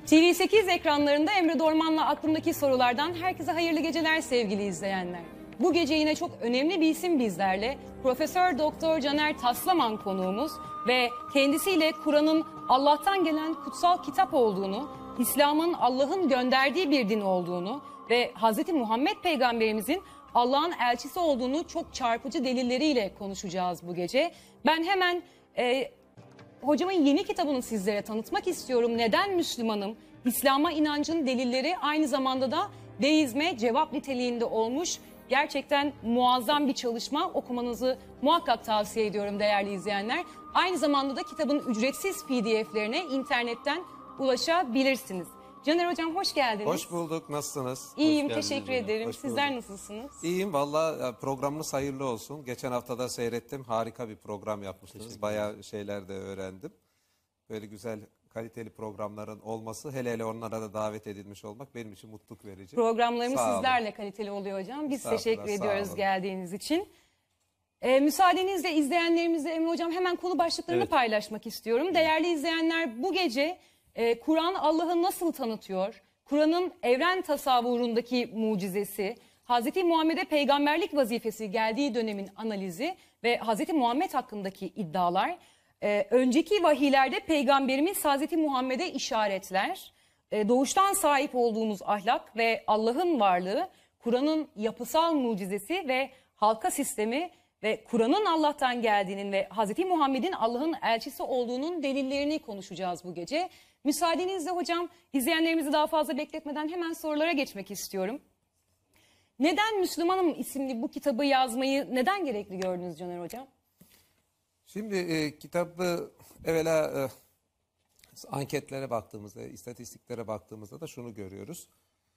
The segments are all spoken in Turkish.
TV8 ekranlarında Emre Dorman'la aklımdaki sorulardan herkese hayırlı geceler sevgili izleyenler. Bu gece yine çok önemli bir isim bizlerle. Profesör Doktor Caner Taslaman konuğumuz ve kendisiyle Kur'an'ın Allah'tan gelen kutsal kitap olduğunu, İslam'ın Allah'ın gönderdiği bir din olduğunu ve Hz. Muhammed Peygamberimizin Allah'ın elçisi olduğunu çok çarpıcı delilleriyle konuşacağız bu gece. Ben hemen hocamın yeni kitabını sizlere tanıtmak istiyorum. Neden Müslümanım? İslam'a inancın delilleri, aynı zamanda da deizme cevap niteliğinde olmuş. Gerçekten muazzam bir çalışma. Okumanızı muhakkak tavsiye ediyorum değerli izleyenler. Aynı zamanda da kitabın ücretsiz PDF'lerine internetten ulaşabilirsiniz. Caner Hocam hoş geldiniz. Hoş bulduk. Nasılsınız? İyiyim, teşekkür ederim. Sizler nasılsınız? İyiyim. Valla programınız hayırlı olsun. Geçen haftada seyrettim. Harika bir program yapmışsınız. Bayağı şeyler de öğrendim. Böyle güzel, kaliteli programların olması, hele hele onlara da davet edilmiş olmak benim için mutluluk verici. Programlarımız sizlerle kaliteli oluyor hocam. Biz teşekkür ediyoruz geldiğiniz için. Müsaadenizle izleyenlerimizle Emre Hocam hemen konu başlıklarını paylaşmak istiyorum. Değerli izleyenler, bu gece Kur'an Allah'ı nasıl tanıtıyor? Kur'an'ın evren tasavvurundaki mucizesi, Hz. Muhammed'e peygamberlik vazifesi geldiği dönemin analizi ve Hz. Muhammed hakkındaki iddialar, önceki vahiylerde peygamberimiz Hz. Muhammed'e işaretler, doğuştan sahip olduğumuz ahlak ve Allah'ın varlığı, Kur'an'ın yapısal mucizesi ve halka sistemi ve Kur'an'ın Allah'tan geldiğinin ve Hz. Muhammed'in Allah'ın elçisi olduğunun delillerini konuşacağız bu gece. Müsaadenizle hocam, izleyenlerimizi daha fazla bekletmeden hemen sorulara geçmek istiyorum. Neden Müslümanım isimli bu kitabı yazmayı neden gerekli gördünüz Caner Hocam? Şimdi kitabı evvela anketlere baktığımızda, istatistiklere baktığımızda da şunu görüyoruz.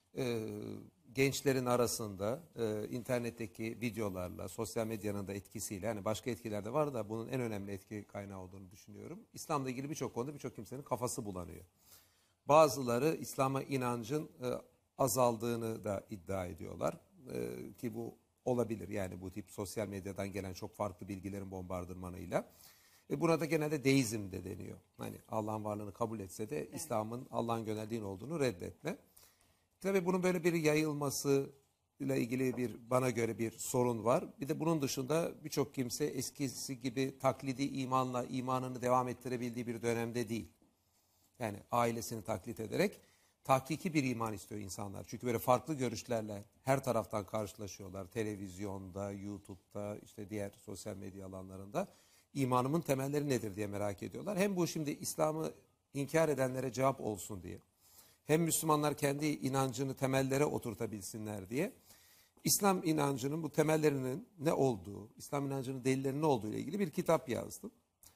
Gençlerin arasında internetteki videolarla, sosyal medyanın da etkisiyle, hani başka etkiler de var da bunun en önemli etki kaynağı olduğunu düşünüyorum. İslam'la ilgili birçok konuda birçok kimsenin kafası bulanıyor. Bazıları İslam'a inancın azaldığını da iddia ediyorlar. Ki bu olabilir, yani bu tip sosyal medyadan gelen çok farklı bilgilerin bombardımanıyla. Buna da genelde deizm de deniyor. Hani Allah'ın varlığını kabul etse de İslam'ın Allah'ın gönderdiği olduğunu reddetme. Tabii bunun böyle bir yayılması ile ilgili bana göre bir sorun var. Bir de bunun dışında birçok kimse eskisi gibi taklidi imanla imanını devam ettirebildiği bir dönemde değil. Yani ailesini taklit ederek tahkiki bir iman istiyor insanlar. Çünkü böyle farklı görüşlerle her taraftan karşılaşıyorlar. Televizyonda, YouTube'da, işte diğer sosyal medya alanlarında imanımın temelleri nedir diye merak ediyorlar. Hem bu şimdi İslam'ı inkar edenlere cevap olsun diye, hem Müslümanlar kendi inancını temellere oturtabilsinler diye İslam inancının bu temellerinin ne olduğu, İslam inancının delillerinin ne olduğu ile ilgili bir kitap yazdım.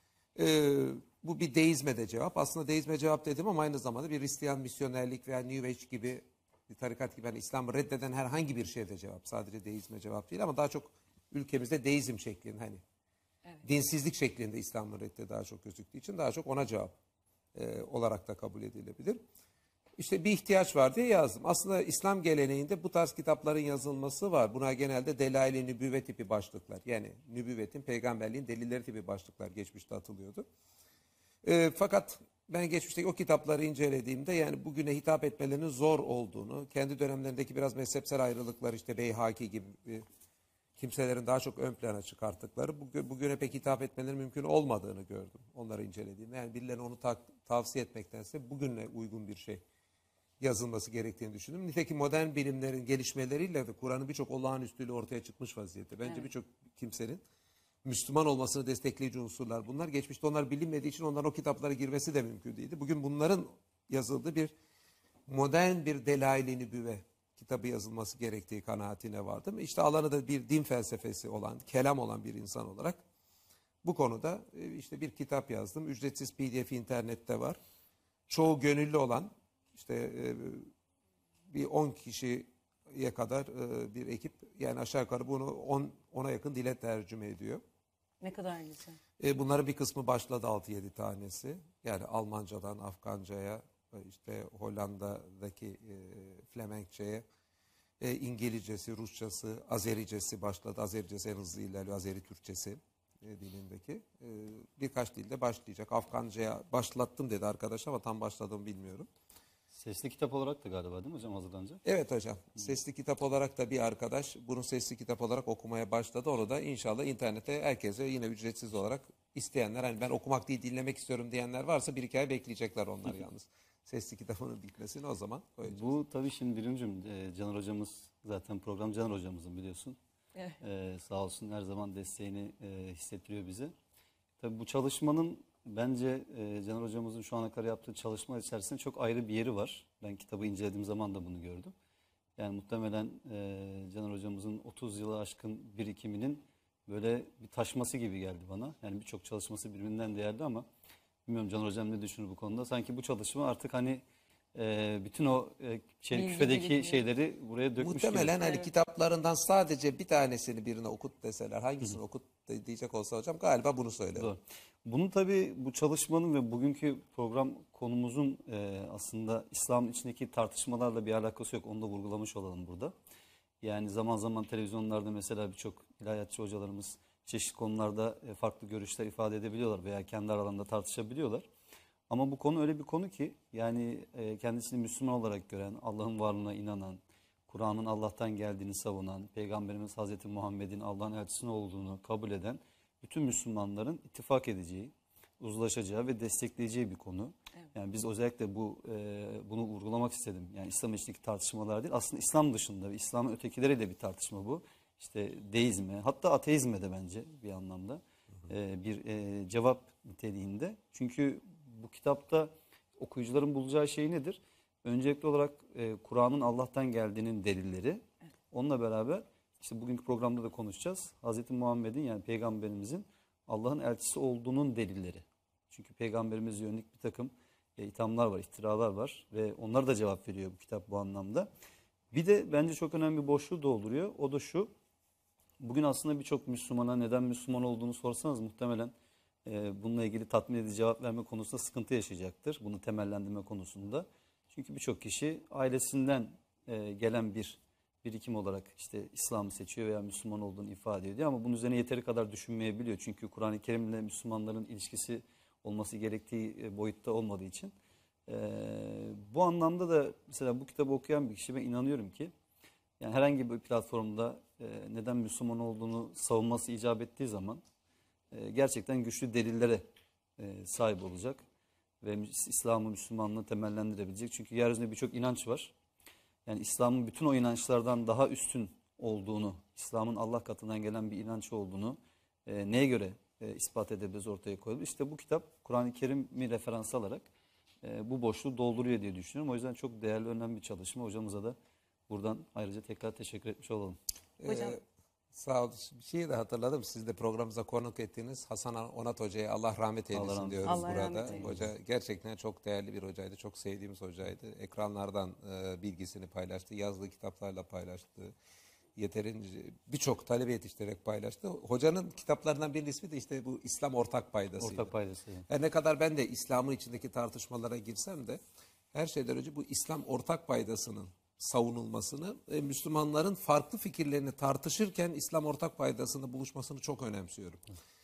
Bu bir deizme de cevap. Aslında deizme cevap dedim ama aynı zamanda bir Hristiyan misyonerlik veya New Age gibi bir tarikat gibi, yani İslam'ı reddeden herhangi bir şeye de cevap. Sadece deizme cevap değil ama daha çok ülkemizde deizm şeklinde, hani dinsizlik şeklinde İslam'ın reddi daha çok gözüktüğü için daha çok ona cevap olarak da kabul edilebilir. İşte bir ihtiyaç var diye yazdım. Aslında İslam geleneğinde bu tarz kitapların yazılması var. Buna genelde delail-i nübüvvet tipi başlıklar, yani nübüvvetin, peygamberliğin delilleri tipi başlıklar geçmişte atılıyordu. Fakat ben geçmişteki o kitapları incelediğimde, yani bugüne hitap etmelerinin zor olduğunu, kendi dönemlerindeki biraz mezhepsel ayrılıklar, işte Beyhaki gibi kimselerin daha çok ön plana çıkarttıkları, bugüne pek hitap etmeleri mümkün olmadığını gördüm onları incelediğimde. Yani birilerine onu tavsiye etmektense bugüne uygun bir şey yazılması gerektiğini düşündüm. Nitekim modern bilimlerin gelişmeleriyle de Kur'an'ın birçok olağanüstülüğü ortaya çıkmış vaziyette. Bence birçok kimsenin Müslüman olmasını destekleyici unsurlar bunlar. Geçmişte onlar bilinmediği için onların o kitaplara girmesi de mümkün değildi. Bugün bunların yazıldığı bir modern bir Delail-i Nübüvve kitabı yazılması gerektiği kanaatine vardım. İşte alanı da bir din felsefesi olan, kelam olan bir insan olarak bu konuda işte bir kitap yazdım. Ücretsiz PDF internette var. Çoğu gönüllü olan, işte bir 10 kişiye kadar bir ekip, yani aşağı yukarı bunu 10'a yakın dile tercüme ediyor. Ne kadar güzel. Bunların bir kısmı başladı, 6-7 tanesi. Yani Almancadan Afganca'ya, işte Hollanda'daki Flemenkçe'ye, İngilizcesi, Rusçası, Azericesi başladı. Azericesi en hızlı ilerliyor, Azeri Türkçesi dilindeki. Birkaç dilde başlayacak. Afganca'ya başlattım dedi arkadaş ama tam başladığımı bilmiyorum. Sesli kitap olarak da galiba değil mi hocam hazırlanacak? Evet hocam. Sesli kitap olarak da bir arkadaş bunu sesli kitap olarak okumaya başladı. Onu da inşallah internete herkese yine ücretsiz olarak isteyenler, hani ben okumak değil dinlemek istiyorum diyenler varsa bir iki ay bekleyecekler onlar yalnız. Sesli kitabının bitmesini o zaman koyacağız. Bu tabii şimdi birincim Caner hocamız zaten program Caner hocamızın biliyorsun. Evet. Sağ olsun her zaman desteğini hissettiriyor bize. Tabii bu çalışmanın bence Caner hocamızın şu ana kadar yaptığı çalışma içerisinde çok ayrı bir yeri var. Ben kitabı incelediğim zaman da bunu gördüm. Yani muhtemelen Caner hocamızın 30 yılı aşkın birikiminin böyle bir taşması gibi geldi bana. Yani birçok çalışması birbirinden değerli ama bilmiyorum Caner hocam ne düşünür bu konuda. Sanki bu çalışma artık hani bütün o Bilgi küfedeki birikimi. şeyleri buraya dökmüş gibi. Muhtemelen hani kitaplarından sadece bir tanesini birine okut deseler, hangisini okut diyecek olsa hocam galiba bunu söylerim. Doğru. Bunu tabii bu çalışmanın ve bugünkü program konumuzun aslında İslam'ın içindeki tartışmalarla bir alakası yok. Onu da vurgulamış olalım burada. Yani zaman zaman televizyonlarda mesela birçok ilahiyatçı hocalarımız çeşitli konularda farklı görüşler ifade edebiliyorlar veya kendi aralarında tartışabiliyorlar. Ama bu konu öyle bir konu ki yani kendisini Müslüman olarak gören, Allah'ın varlığına inanan, Kur'an'ın Allah'tan geldiğini savunan, Peygamberimiz Hazreti Muhammed'in Allah'ın elçisi olduğunu kabul eden bütün Müslümanların ittifak edeceği, uzlaşacağı ve destekleyeceği bir konu. Evet. Yani biz özellikle bunu vurgulamak istedim. Yani İslam içindeki tartışmalar değil, aslında İslam dışında ve İslam'ın ötekileriyle bir tartışma bu. İşte deizme, hatta ateizme de bence bir anlamda bir cevap niteliğinde. Çünkü bu kitapta okuyucuların bulacağı şey nedir? Öncelikli olarak Kur'an'ın Allah'tan geldiğinin delilleri. Evet. Onunla beraber işte bugünkü programda da konuşacağız. Hazreti Muhammed'in yani peygamberimizin Allah'ın elçisi olduğunun delilleri. Çünkü peygamberimize yönelik bir takım ithamlar var, iftiralar var ve onlar da cevap veriyor bu kitap bu anlamda. Bir de bence çok önemli bir boşluğu dolduruyor. O da şu, bugün aslında birçok Müslümana neden Müslüman olduğunu sorsanız muhtemelen bununla ilgili tatmin edici cevap verme konusunda sıkıntı yaşayacaktır. Bunu temellendirme konusunda. Çünkü birçok kişi ailesinden gelen bir birikim olarak işte İslam'ı seçiyor veya Müslüman olduğunu ifade ediyor. Ama bunun üzerine yeteri kadar düşünmeyebiliyor. Çünkü Kur'an-ı Kerim'le Müslümanların ilişkisi olması gerektiği boyutta olmadığı için. Bu anlamda da mesela bu kitabı okuyan bir kişi ben inanıyorum ki yani herhangi bir platformda neden Müslüman olduğunu savunması icap ettiği zaman gerçekten güçlü delillere sahip olacak ve İslam'ı, Müslümanlığı temellendirebilecek. Çünkü yeryüzünde birçok inanç var. Yani İslam'ın bütün o inançlardan daha üstün olduğunu, İslam'ın Allah katından gelen bir inanç olduğunu neye göre ispat edebiliriz, ortaya koyabiliriz? İşte bu kitap Kur'an-ı Kerim'i referans alarak bu boşluğu dolduruyor diye düşünüyorum. O yüzden çok değerli, önemli bir çalışma. Hocamıza da buradan ayrıca tekrar teşekkür etmiş olalım. Hocam. Sağ olun. Bir şeyi de hatırladım. Siz de programımıza konuk ettiğiniz Hasan Onat Hoca'ya Allah rahmet eylesin diyoruz Allah burada. rahmet eylesin. Hoca gerçekten çok değerli bir hocaydı. Çok sevdiğimiz hocaydı. Ekranlardan bilgisini paylaştı. Yazdığı kitaplarla paylaştı. Yeterince birçok talebe yetiştirerek paylaştı. Hocanın kitaplarından birinin ismi de işte bu İslam Ortak Paydası'ydı. Ortak paydası. Yani. Her ne kadar ben de İslam'ın içindeki tartışmalara girsem de her şeyden önce bu İslam ortak paydasının savunulmasını ve Müslümanların farklı fikirlerini tartışırken İslam ortak paydasında buluşmasını çok önemsiyorum.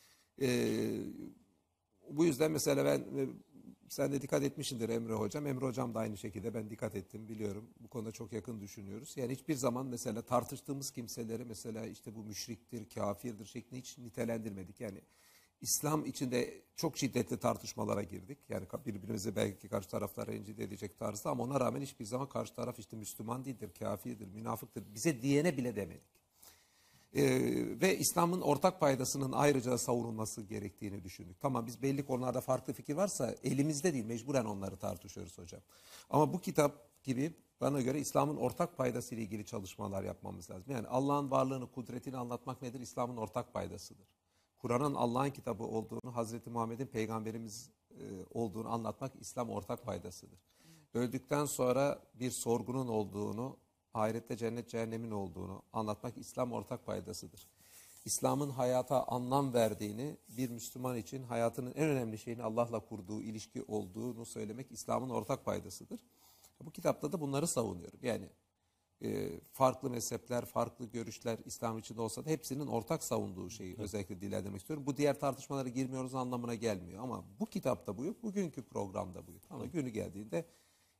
Bu yüzden mesela ben, sen de dikkat etmişsindir Emre Hocam. Emre Hocam da aynı şekilde ben dikkat ettim biliyorum. Bu konuda çok yakın düşünüyoruz. Yani hiçbir zaman mesela tartıştığımız kimseleri mesela işte bu müşriktir, kafirdir şeklinde hiç nitelendirmedik. Yani İslam içinde çok şiddetli tartışmalara girdik. Yani birbirimizi belki karşı taraflara rencide edecek tarzda ama ona rağmen hiçbir zaman karşı taraf işte Müslüman değildir, kafirdir, münafıktır. Bize diyene bile demedik. Ve İslam'ın ortak paydasının ayrıca savunulması gerektiğini düşündük. Tamam biz belli konularda farklı fikir varsa elimizde değil mecburen onları tartışıyoruz hocam. Ama bu kitap gibi bana göre İslam'ın ortak paydası ile ilgili çalışmalar yapmamız lazım. Yani Allah'ın varlığını, kudretini anlatmak nedir? İslam'ın ortak paydasıdır. Kur'an'ın Allah'ın kitabı olduğunu, Hazreti Muhammed'in peygamberimiz olduğunu anlatmak İslam ortak paydasıdır. Öldükten sonra bir sorgunun olduğunu, ahirette cennet cehennemin olduğunu anlatmak İslam ortak paydasıdır. İslam'ın hayata anlam verdiğini, bir Müslüman için hayatının en önemli şeyini Allah'la kurduğu ilişki olduğunu söylemek İslam'ın ortak paydasıdır. Bu kitapta da bunları savunuyorum. Yani farklı mezhepler, farklı görüşler İslam içinde olsa da hepsinin ortak savunduğu şeyi özellikle dillendirmek istiyorum. Bu diğer tartışmalara girmiyoruz anlamına gelmiyor ama bu kitapta bu yok, bugünkü programda bu yok. Ama günü geldiğinde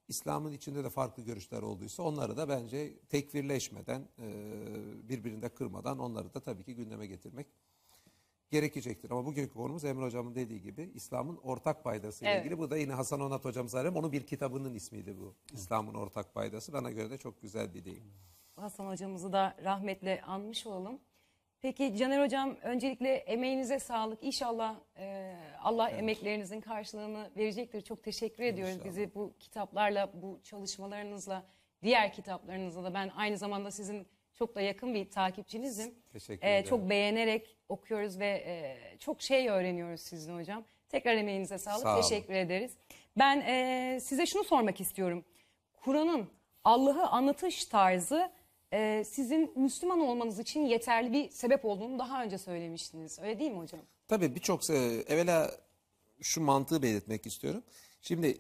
İslam'ın içinde de farklı görüşler olduysa onları da bence tekfirleşmeden, birbirinde kırmadan onları da tabii ki gündeme getirmek gerekecektir. Ama bugünkü konumuz Emre Hocam'ın dediği gibi İslam'ın ortak paydası ile Evet. ilgili. Bu da yine Hasan Onat Hocam zaten onun bir kitabının ismiydi bu. İslam'ın ortak paydası. Bana göre de çok güzel bir deyim. Hasan hocamızı da rahmetle anmış olalım. Peki Caner hocam, öncelikle emeğinize sağlık. İnşallah Allah emeklerinizin karşılığını verecektir. Çok teşekkür ediyoruz İnşallah. bizi bu kitaplarla, bu çalışmalarınızla, diğer kitaplarınızla da. Ben aynı zamanda sizin çok da yakın bir takipçinizim. Teşekkür ederim. Çok beğenerek okuyoruz ve çok şey öğreniyoruz sizden hocam. Tekrar emeğinize sağlık. Sağ olun. Teşekkür ederiz. Ben size şunu sormak istiyorum. Kur'an'ın Allah'ı anlatış tarzı sizin Müslüman olmanız için yeterli bir sebep olduğunu daha önce söylemiştiniz. Öyle değil mi hocam? Tabii birçok evvela şu mantığı belirtmek istiyorum. Şimdi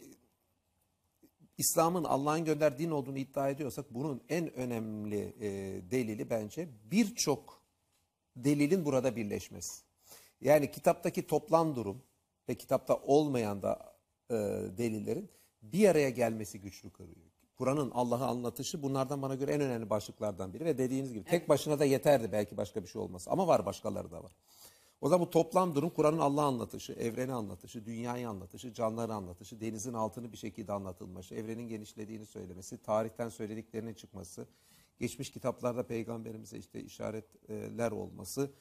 İslam'ın Allah'ın gönderdiği din olduğunu iddia ediyorsak bunun en önemli delili bence birçok delilin burada birleşmesi. Yani kitaptaki toplam durum ve kitapta olmayan da delillerin bir araya gelmesi güçlük kılıyor. Kur'an'ın Allah'ı anlatışı bunlardan bana göre en önemli başlıklardan biri ve dediğiniz gibi tek başına da yeterdi belki başka bir şey olması ama var, başkaları da var. O zaman bu toplam durum Kur'an'ın Allah'ı anlatışı, evreni anlatışı, dünyayı anlatışı, canları anlatışı, denizin altını bir şekilde anlatılması, evrenin genişlediğini söylemesi, tarihten söylediklerinin çıkması, geçmiş kitaplarda peygamberimize işte işaretler olması,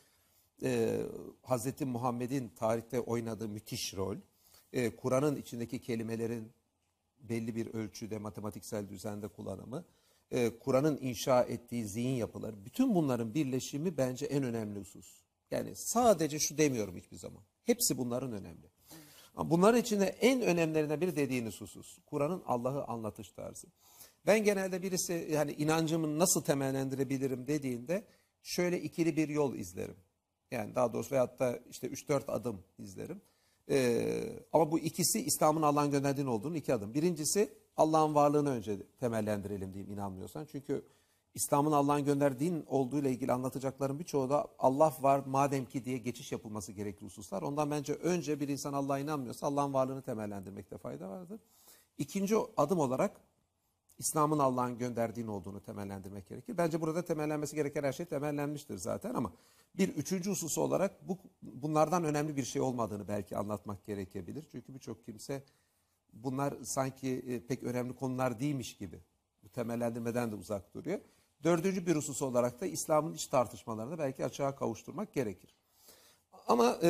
Hazreti Muhammed'in tarihte oynadığı müthiş rol, Kur'an'ın içindeki kelimelerin belli bir ölçüde matematiksel düzende kullanımı, Kur'an'ın inşa ettiği zihin yapıları, bütün bunların birleşimi bence en önemli husus. Yani sadece şu demiyorum hiçbir zaman. Hepsi bunların önemli. Ama bunların içinde en önemlilerinden biri dediğiniz husus. Kur'an'ın Allah'ı anlatış tarzı. Ben genelde birisi yani inancımı nasıl temellendirebilirim dediğinde şöyle ikili bir yol izlerim. Yani daha doğrusu veyahut da işte 3-4 adım izlerim. Ama bu ikisi İslam'ın Allah'ın gönderdiğinin olduğunu 2 adım. Birincisi Allah'ın varlığını önce temellendirelim diyeyim inanmıyorsan. Çünkü İslam'ın Allah'ın gönderdiğinin olduğu ile ilgili anlatacakların birçoğu da Allah var madem ki diye geçiş yapılması gerekli hususlar. Ondan bence önce bir insan Allah'a inanmıyorsa Allah'ın varlığını temellendirmekte fayda vardır. İkinci adım olarak İslam'ın Allah'ın gönderdiğinin olduğunu temellendirmek gerekir. Bence burada temellenmesi gereken her şey temellenmiştir zaten ama bir üçüncü husus olarak bunlardan önemli bir şey olmadığını belki anlatmak gerekebilir. Çünkü birçok kimse bunlar sanki pek önemli konular değilmiş gibi bu temellendirmeden de uzak duruyor. Dördüncü bir husus olarak da İslam'ın iç tartışmalarını belki açığa kavuşturmak gerekir. Ama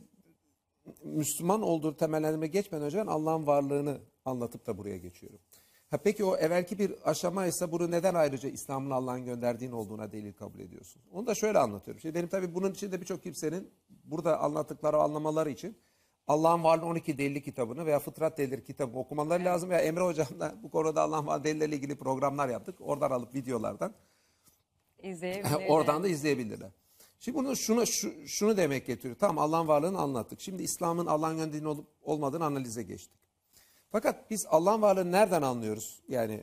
Müslüman olduğu temellendirme geçmeden önce ben Allah'ın varlığını anlatıp da buraya geçiyorum. Peki o evvelki bir aşama ise bunu neden ayrıca İslam'ın Allah'ın gönderdiğin olduğuna delil kabul ediyorsun? Onu da şöyle anlatıyorum. Şimdi benim tabii bunun içinde birçok kimsenin burada anlattıkları anlamaları için Allah'ın varlığı 12 delili kitabını veya fıtrat delilleri kitabı okumaları lazım. Ya Emre Hocam da bu konuda Allah'ın varlığı delilleriyle ilgili programlar yaptık. Oradan alıp videolardan İzleyebilirler. oradan da izleyebilirler. Şimdi bunu şunu demek getiriyor. Tamam Allah'ın varlığını anlattık. Şimdi İslam'ın Allah'ın gönderdiğinin olup olmadığını analize geçtik. Fakat biz Allah'ın varlığını nereden anlıyoruz? Yani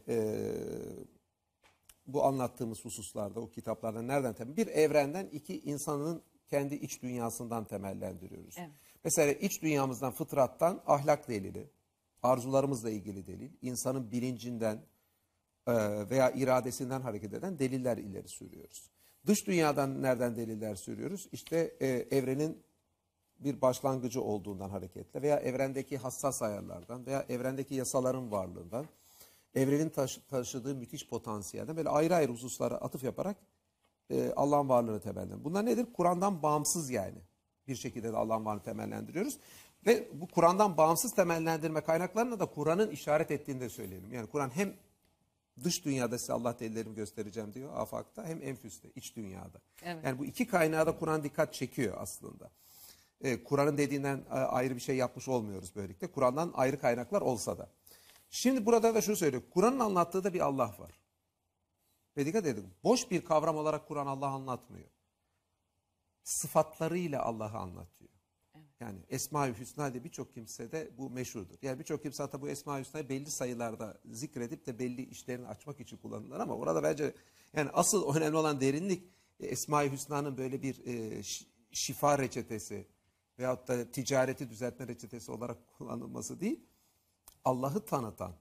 bu anlattığımız hususlarda, o kitaplarda nereden bir evrenden, iki insanın kendi iç dünyasından temellendiriyoruz. Evet. Mesela iç dünyamızdan, fıtrattan ahlak delili, arzularımızla ilgili delil, insanın bilincinden veya iradesinden hareket eden deliller ileri sürüyoruz. Dış dünyadan nereden deliller sürüyoruz? İşte evrenin bir başlangıcı olduğundan hareketle veya evrendeki hassas ayarlardan veya evrendeki yasaların varlığından, evrenin taşıdığı müthiş potansiyelden böyle ayrı ayrı hususlara atıf yaparak Allah'ın varlığını temellendiriyoruz. Bunlar nedir? Kur'an'dan bağımsız yani. Bir şekilde de Allah'ın varlığını temellendiriyoruz. Ve bu Kur'an'dan bağımsız temellendirme kaynaklarına da Kur'an'ın işaret ettiğini de söyleyelim. Yani Kur'an hem dış dünyada size Allah delillerimi göstereceğim diyor afakta, hem enfüste, iç dünyada. Evet. Yani bu iki kaynağa da Kur'an dikkat çekiyor aslında. Kur'an'ın dediğinden ayrı bir şey yapmış olmuyoruz böylelikle. Kur'an'dan ayrı kaynaklar olsa da. Şimdi burada da şunu söylüyor. Kur'an'ın anlattığı da bir Allah var. Ve dikkat edin. Boş bir kavram olarak Kur'an Allah'ı anlatmıyor. Sıfatlarıyla Allah'ı anlatıyor. Yani Esma-i Hüsna diye birçok kimse de bu meşhurdur. Yani birçok kimse hatta bu Esma-i Hüsna'yı belli sayılarda zikredip de belli işlerini açmak için kullanırlar ama orada bence yani asıl önemli olan derinlik Esma-i Hüsna'nın böyle bir şifa reçetesi veyahut da ticareti düzeltme reçetesi olarak kullanılması değil, Allah'ı tanıtan,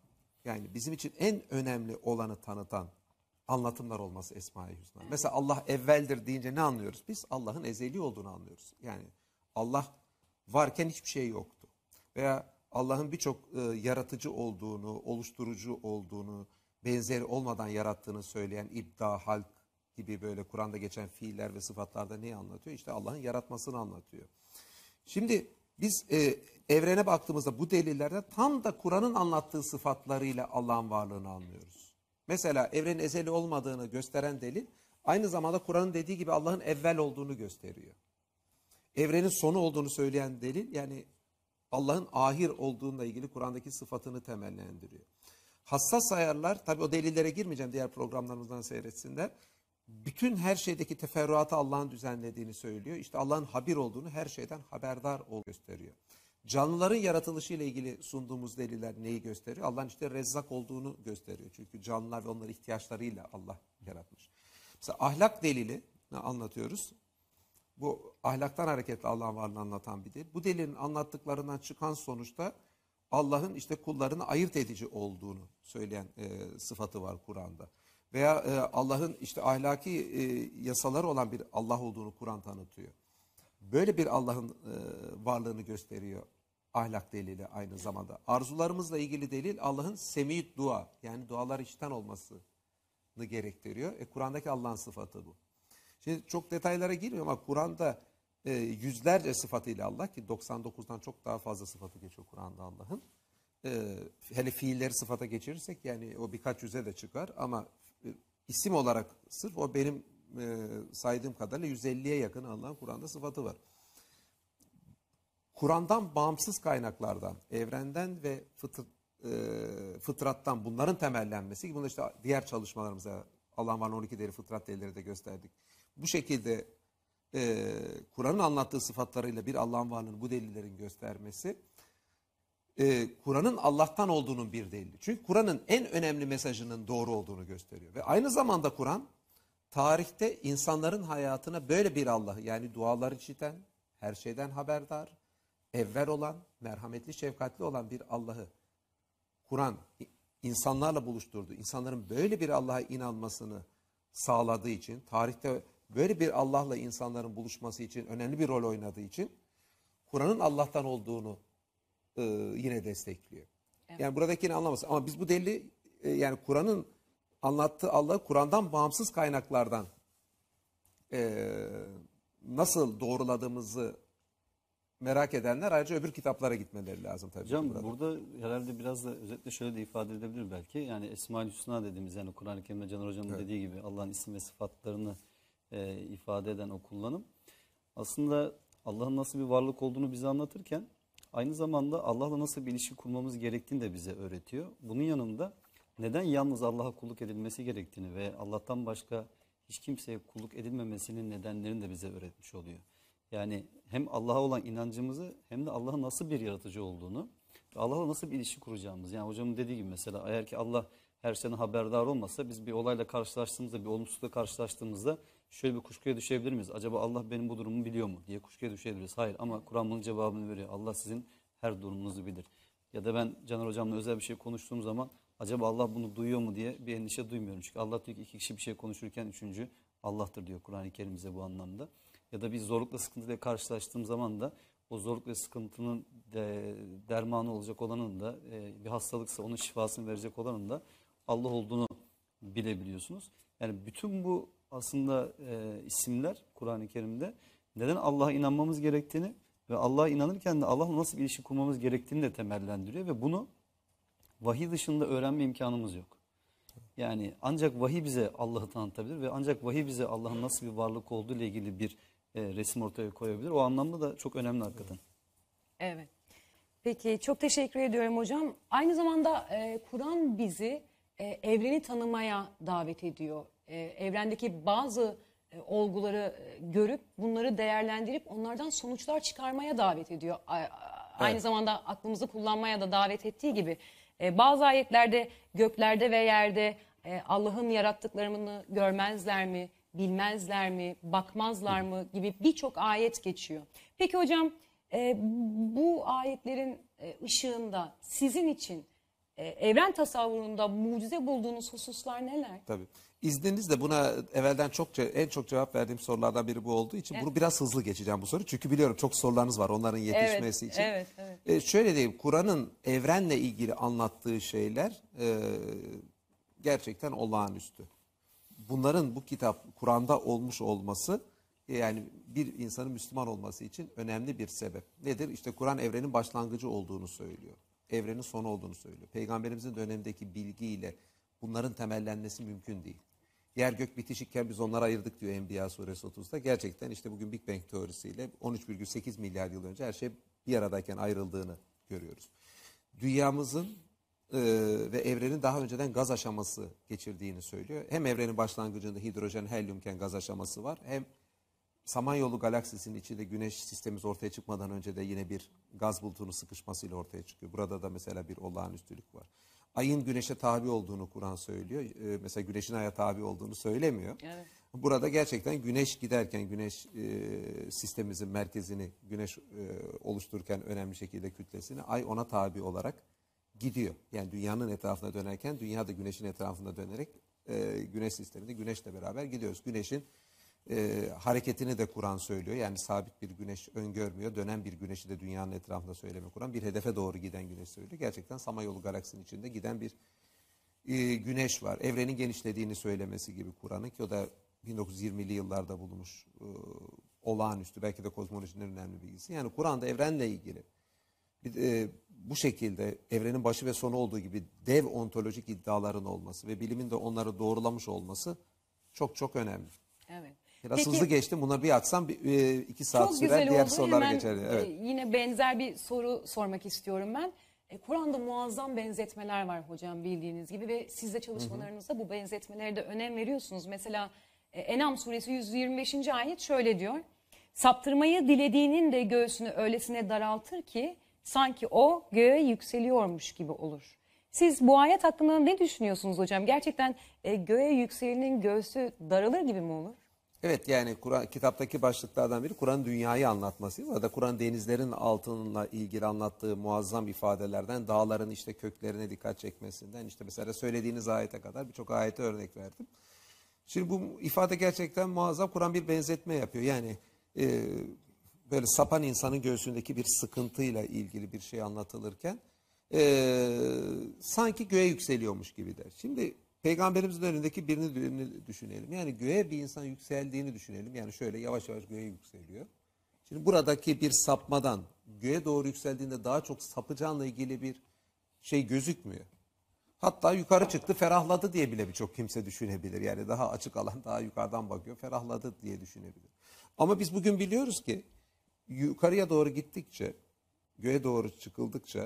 Yani bizim için en önemli olanı tanıtan anlatımlar olması Esma-i Hüsna. Mesela Allah evveldir deyince ne anlıyoruz? Biz Allah'ın ezeli olduğunu anlıyoruz. Yani Allah varken hiçbir şey yoktu. Veya Allah'ın birçok yaratıcı olduğunu, oluşturucu olduğunu, benzeri olmadan yarattığını söyleyen ibda, halk gibi böyle Kur'an'da geçen fiiller ve sıfatlarda neyi anlatıyor? İşte Allah'ın yaratmasını anlatıyor. Şimdi biz evrene baktığımızda bu delillerde tam da Kur'an'ın anlattığı sıfatlarıyla Allah'ın varlığını anlıyoruz. Mesela evrenin ezeli olmadığını gösteren delil aynı zamanda Kur'an'ın dediği gibi Allah'ın evvel olduğunu gösteriyor. Evrenin sonu olduğunu söyleyen delil yani Allah'ın ahir olduğununla ilgili Kur'an'daki sıfatını temellendiriyor. Hassas ayarlar, tabii o delillere girmeyeceğim, diğer programlarımızdan seyretsinler. Bütün her şeydeki teferruatı Allah'ın düzenlediğini söylüyor. İşte Allah'ın habir olduğunu, her şeyden haberdar olduğunu gösteriyor. Canlıların yaratılışı ile ilgili sunduğumuz deliller neyi gösteriyor? Allah'ın işte Rezzak olduğunu gösteriyor. Çünkü canlılar ve onların ihtiyaçlarıyla Allah yaratmış. Mesela ahlak delili ne anlatıyoruz? Bu ahlaktan hareketle Allah'ın varlığını anlatan bir delil. Bu delilin anlattıklarından çıkan sonuçta Allah'ın işte kullarını ayırt edici olduğunu söyleyen sıfatı var Kur'an'da. Veya Allah'ın işte ahlaki yasaları olan bir Allah olduğunu Kur'an tanıtıyor. Böyle bir Allah'ın varlığını gösteriyor ahlak delili aynı zamanda. Arzularımızla ilgili delil Allah'ın semî dua, yani dualar işiten olmasını gerektiriyor. Kur'an'daki Allah'ın sıfatı bu. Şimdi çok detaylara girmiyorum ama Kur'an'da yüzlerce sıfatıyla Allah, ki 99'dan çok daha fazla sıfatı geçiyor Kur'an'da Allah'ın. Hele fiilleri sıfata geçirirsek yani o birkaç yüze de çıkar ama isim olarak sırf o benim saydığım kadarıyla 150'ye yakın Allah'ın Kur'an'da sıfatı var. Kur'an'dan bağımsız kaynaklardan, evrenden ve fıtrattan bunların temellenmesi gibi, bunu işte diğer çalışmalarımıza Allah'ın varlığını 12 değeri fıtrat değerleri de gösterdik. Bu şekilde Kur'an'ın anlattığı sıfatlarıyla bir Allah'ın varlığını bu delillerin göstermesi Kur'an'ın Allah'tan olduğunun bir delili. Çünkü Kur'an'ın en önemli mesajının doğru olduğunu gösteriyor. Ve aynı zamanda Kur'an tarihte insanların hayatına böyle bir Allah'ı, yani dualar işiten, her şeyden haberdar, evvel olan, merhametli, şefkatli olan bir Allah'ı Kur'an insanlarla buluşturdu. İnsanların böyle bir Allah'a inanmasını sağladığı için, tarihte böyle bir Allah'la insanların buluşması için önemli bir rol oynadığı için Kur'an'ın Allah'tan olduğunu yine destekliyor. Evet. Yani buradakini anlamasın. Ama biz bu delili yani Kur'an'ın anlattığı Allah'ı Kur'an'dan bağımsız kaynaklardan nasıl doğruladığımızı merak edenler ayrıca öbür kitaplara gitmeleri lazım tabii. Hocam burada herhalde biraz da özetle şöyle de ifade edebilir belki. Yani Esma-ül Hüsna dediğimiz, yani Kur'an-ı Kerim'de Caner Hocam'ın evet, dediği gibi Allah'ın isim ve sıfatlarını ifade eden o kullanım. Aslında Allah'ın nasıl bir varlık olduğunu bize anlatırken aynı zamanda Allah'la nasıl bir ilişki kurmamız gerektiğini de bize öğretiyor. Bunun yanında neden yalnız Allah'a kulluk edilmesi gerektiğini ve Allah'tan başka hiç kimseye kulluk edilmemesinin nedenlerini de bize öğretmiş oluyor. Yani hem Allah'a olan inancımızı hem de Allah'ın nasıl bir yaratıcı olduğunu ve Allah'la nasıl bir ilişki kuracağımız. Yani hocamın dediği gibi mesela eğer ki Allah her şeyden haberdar olmasa biz bir olayla karşılaştığımızda, bir olumsuzlukla karşılaştığımızda şöyle bir kuşkuya düşebilir miyiz? Acaba Allah benim bu durumumu biliyor mu diye kuşkuya düşebiliriz. Hayır, ama Kur'an bunun cevabını veriyor. Allah sizin her durumunuzu bilir. Ya da ben Caner Hocam'la özel bir şey konuştuğum zaman acaba Allah bunu duyuyor mu diye bir endişe duymuyorum. Çünkü Allah diyor ki iki kişi bir şey konuşurken üçüncü Allah'tır diyor Kur'an-ı Kerim bize bu anlamda. Ya da bir zorlukla sıkıntıyla karşılaştığım zaman da o zorluk ve sıkıntının dermanı olacak olanın da bir hastalıksa onun şifasını verecek olanın da Allah olduğunu bilebiliyorsunuz. Yani bütün bu aslında isimler Kur'an-ı Kerim'de neden Allah'a inanmamız gerektiğini ve Allah'a inanırken de Allah'la nasıl bir ilişki kurmamız gerektiğini de temellendiriyor ve bunu vahiy dışında öğrenme imkanımız yok. Yani ancak vahiy bize Allah'ı tanıtabilir ve ancak vahiy bize Allah'ın nasıl bir varlık olduğu ile ilgili bir resim ortaya koyabilir. O anlamda da çok önemli hakikaten. Evet. Peki çok teşekkür ediyorum hocam. Aynı zamanda Kur'an bizi evreni tanımaya davet ediyor. Evrendeki bazı olguları görüp bunları değerlendirip onlardan sonuçlar çıkarmaya davet ediyor. Aynı evet, zamanda aklımızı kullanmaya da davet ettiği gibi bazı ayetlerde göklerde ve yerde Allah'ın yarattıklarını görmezler mi, bilmezler mi, bakmazlar mı gibi birçok ayet geçiyor. Peki hocam bu ayetlerin ışığında sizin için evren tasavvurunda mucize bulduğunuz hususlar neler? Tabii. İzninizle buna evvelden en çok cevap verdiğim sorulardan biri bu olduğu için bunu biraz hızlı geçeceğim bu soru. Çünkü biliyorum çok sorularınız var onların yetişmesi için. Evet. Şöyle diyeyim, Kur'an'ın evrenle ilgili anlattığı şeyler gerçekten olağanüstü. Bunların bu kitap Kur'an'da olmuş olması yani bir insanın Müslüman olması için önemli bir sebep. Nedir? İşte Kur'an evrenin başlangıcı olduğunu söylüyor. Evrenin sonu olduğunu söylüyor. Peygamberimizin dönemindeki bilgiyle bunların temellenmesi mümkün değil. Yer gök bitişikken biz onları ayırdık diyor Enbiya suresi 30'da. Gerçekten işte bugün Big Bang teorisiyle 13,8 milyar yıl önce her şey bir aradayken ayrıldığını görüyoruz. Dünyamızın ve evrenin daha önceden gaz aşaması geçirdiğini söylüyor. Hem evrenin başlangıcında hidrojen, helyumken gaz aşaması var. Hem Samanyolu galaksisinin içinde güneş sistemimiz ortaya çıkmadan önce de yine bir gaz bulutunun sıkışmasıyla ortaya çıkıyor. Burada da mesela bir olağanüstülük var. Ayın güneşe tabi olduğunu Kur'an söylüyor. Mesela güneşin aya tabi olduğunu söylemiyor. Evet. Burada gerçekten güneş giderken, güneş sistemimizin merkezini güneş oluştururken önemli şekilde kütlesini ay ona tabi olarak gidiyor. Yani dünyanın etrafına dönerken dünya da güneşin etrafında dönerek güneş sisteminde güneşle beraber gidiyoruz. Güneşin hareketini de Kur'an söylüyor. Yani sabit bir güneş öngörmüyor. Dönen bir güneşi de dünyanın etrafında söylemiyor Kur'an. Bir hedefe doğru giden güneş söylüyor. Gerçekten Samanyolu galaksinin içinde giden bir güneş var. Evrenin genişlediğini söylemesi gibi Kur'an'ın ki o da 1920'li yıllarda bulunmuş olağanüstü belki de kozmolojinin önemli bilgisi. Yani Kur'an'da evrenle ilgili bu şekilde evrenin başı ve sonu olduğu gibi dev ontolojik iddiaların olması ve bilimin de onları doğrulamış olması çok çok önemli. Evet. Biraz Peki, hızlı geçtim. Bunları bir açsam 2 saat çok sürer. güzel Diğer oldu. sorulara Hemen geçer. Evet. yine benzer bir soru sormak istiyorum ben. Kur'an'da muazzam benzetmeler var hocam bildiğiniz gibi ve siz de çalışmalarınızda bu benzetmelere de önem veriyorsunuz. Mesela En'am suresi 125. ayet şöyle diyor. Saptırmayı dilediğinin de göğsünü öylesine daraltır ki sanki o göğe yükseliyormuş gibi olur. Siz bu ayet hakkında ne düşünüyorsunuz hocam? Gerçekten göğe yükselenin göğsü daralır gibi mi olur? Evet, yani Kur'an kitaptaki başlıklardan biri Kur'an dünyayı anlatması. Orada Kur'an denizlerin altınla ilgili anlattığı muazzam ifadelerden dağların işte köklerine dikkat çekmesinden işte mesela söylediğiniz ayete kadar birçok ayete örnek verdim. Şimdi bu ifade gerçekten muazzam. Kur'an bir benzetme yapıyor. Yani böyle sapan insanın göğsündeki bir sıkıntıyla ilgili bir şey anlatılırken sanki göğe yükseliyormuş gibi der. Şimdi Peygamberimizin önündeki birini düşünelim. Yani göğe bir insan yükseldiğini düşünelim. Yani şöyle yavaş yavaş göğe yükseliyor. Şimdi buradaki bir sapmadan göğe doğru yükseldiğinde daha çok sapacağınla ilgili bir şey gözükmüyor. Hatta yukarı çıktı, ferahladı diye bile birçok kimse düşünebilir. Yani daha açık alan, daha yukarıdan bakıyor, ferahladı diye düşünebilir. Ama biz bugün biliyoruz ki yukarıya doğru gittikçe, göğe doğru çıkıldıkça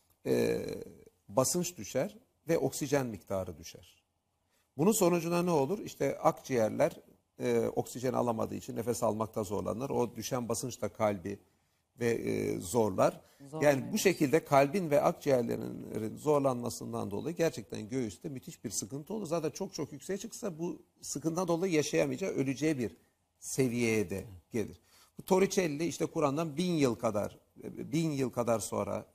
basınç düşer ve oksijen miktarı düşer. Bunun sonucunda ne olur? İşte akciğerler oksijen alamadığı için nefes almakta zorlanır. O düşen basınç da kalbi ve zorlar. Yani bu şekilde kalbin ve akciğerlerin zorlanmasından dolayı gerçekten göğüste müthiş bir sıkıntı olur. Zaten çok çok yükseğe çıksa bu sıkıntıdan dolayı yaşayamayacağı, öleceği bir seviyeye de gelir. Bu Torricelli işte Kur'an'dan 1000 yıl kadar sonra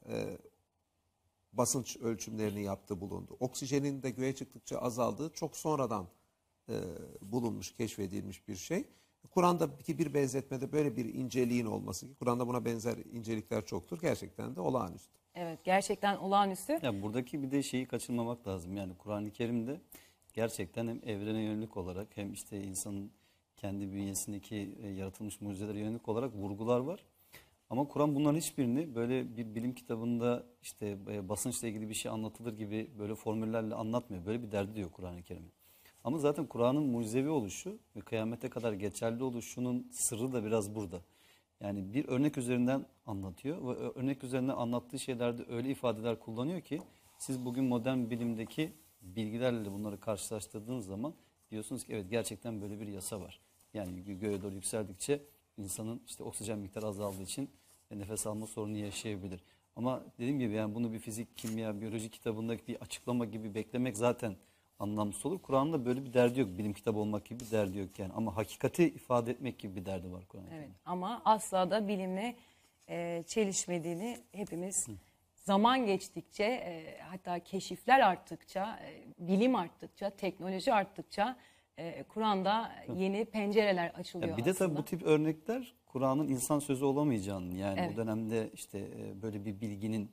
basınç ölçümlerini yaptı, bulundu. Oksijenin de göğe çıktıkça azaldığı çok sonradan bulunmuş, keşfedilmiş bir şey. Kur'an'daki bir benzetmede böyle bir inceliğin olması ki Kur'an'da buna benzer incelikler çoktur. Gerçekten de olağanüstü. Evet, gerçekten olağanüstü. Ya buradaki bir de şeyi kaçırmamak lazım. Yani Kur'an-ı Kerim'de gerçekten hem evrene yönelik olarak hem işte insanın kendi bünyesindeki yaratılmış mucizelere yönelik olarak vurgular var. Ama Kur'an bunların hiçbirini böyle bir bilim kitabında işte basınçla ilgili bir şey anlatılır gibi böyle formüllerle anlatmıyor. Böyle bir derdi de yok Kur'an-ı Kerim'in. Ama zaten Kur'an'ın mucizevi oluşu ve kıyamete kadar geçerli oluşunun sırrı da biraz burada. Yani bir örnek üzerinden anlatıyor ve örnek üzerinden anlattığı şeylerde öyle ifadeler kullanıyor ki siz bugün modern bilimdeki bilgilerle bunları karşılaştırdığınız zaman diyorsunuz ki evet gerçekten böyle bir yasa var. Yani göğe doğru yükseldikçe insanın işte oksijen miktarı azaldığı için nefes alma sorunu yaşayabilir. Ama dediğim gibi yani bunu bir fizik, kimya, biyoloji kitabındaki bir açıklama gibi beklemek zaten anlamsız olur. Kur'an'da böyle bir derdi yok. Bilim kitabı olmak gibi bir derdi yok yani. Ama hakikati ifade etmek gibi bir derdi var Kur'an'ın. Evet, ama asla da bilimle çelişmediğini hepimiz zaman geçtikçe hatta keşifler arttıkça, bilim arttıkça, teknoloji arttıkça Kur'an'da yeni pencereler açılıyor Bir de tabii aslında. bu tip örnekler Kur'an'ın insan sözü olamayacağını, yani Evet. o dönemde işte böyle bir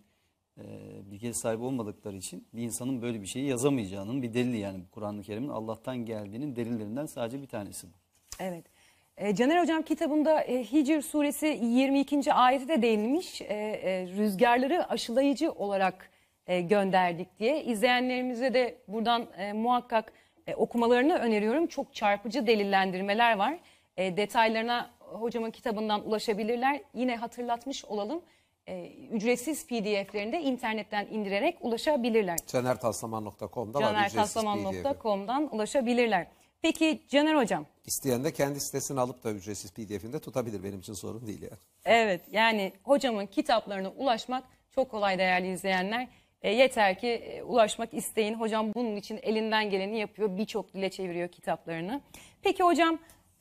bilgiye sahip olmadıkları için bir insanın böyle bir şeyi yazamayacağının bir delili, yani Kur'an-ı Kerim'in Allah'tan geldiğinin delillerinden sadece bir tanesi bu. Evet. Caner Hocam kitabında Hicr suresi 22. ayeti de değinilmiş. Rüzgarları aşılayıcı olarak gönderdik diye. İzleyenlerimize de buradan muhakkak okumalarını öneriyorum. Çok çarpıcı delillendirmeler var. Detaylarına hocamın kitabından ulaşabilirler. Yine hatırlatmış olalım. Ücretsiz PDF'lerinde internetten indirerek ulaşabilirler. canertaslaman.com'da var ücretsiz PDF'i. canertaslaman.com'dan ulaşabilirler. Peki Caner Hocam. İsteyen de kendi sitesini alıp da ücretsiz PDF'ini de tutabilir. Benim için sorun değil yani. Evet, yani hocamın kitaplarına ulaşmak çok kolay değerli izleyenler. Yeter ki ulaşmak isteyin. Hocam bunun için elinden geleni yapıyor. Birçok dile çeviriyor kitaplarını. Peki hocam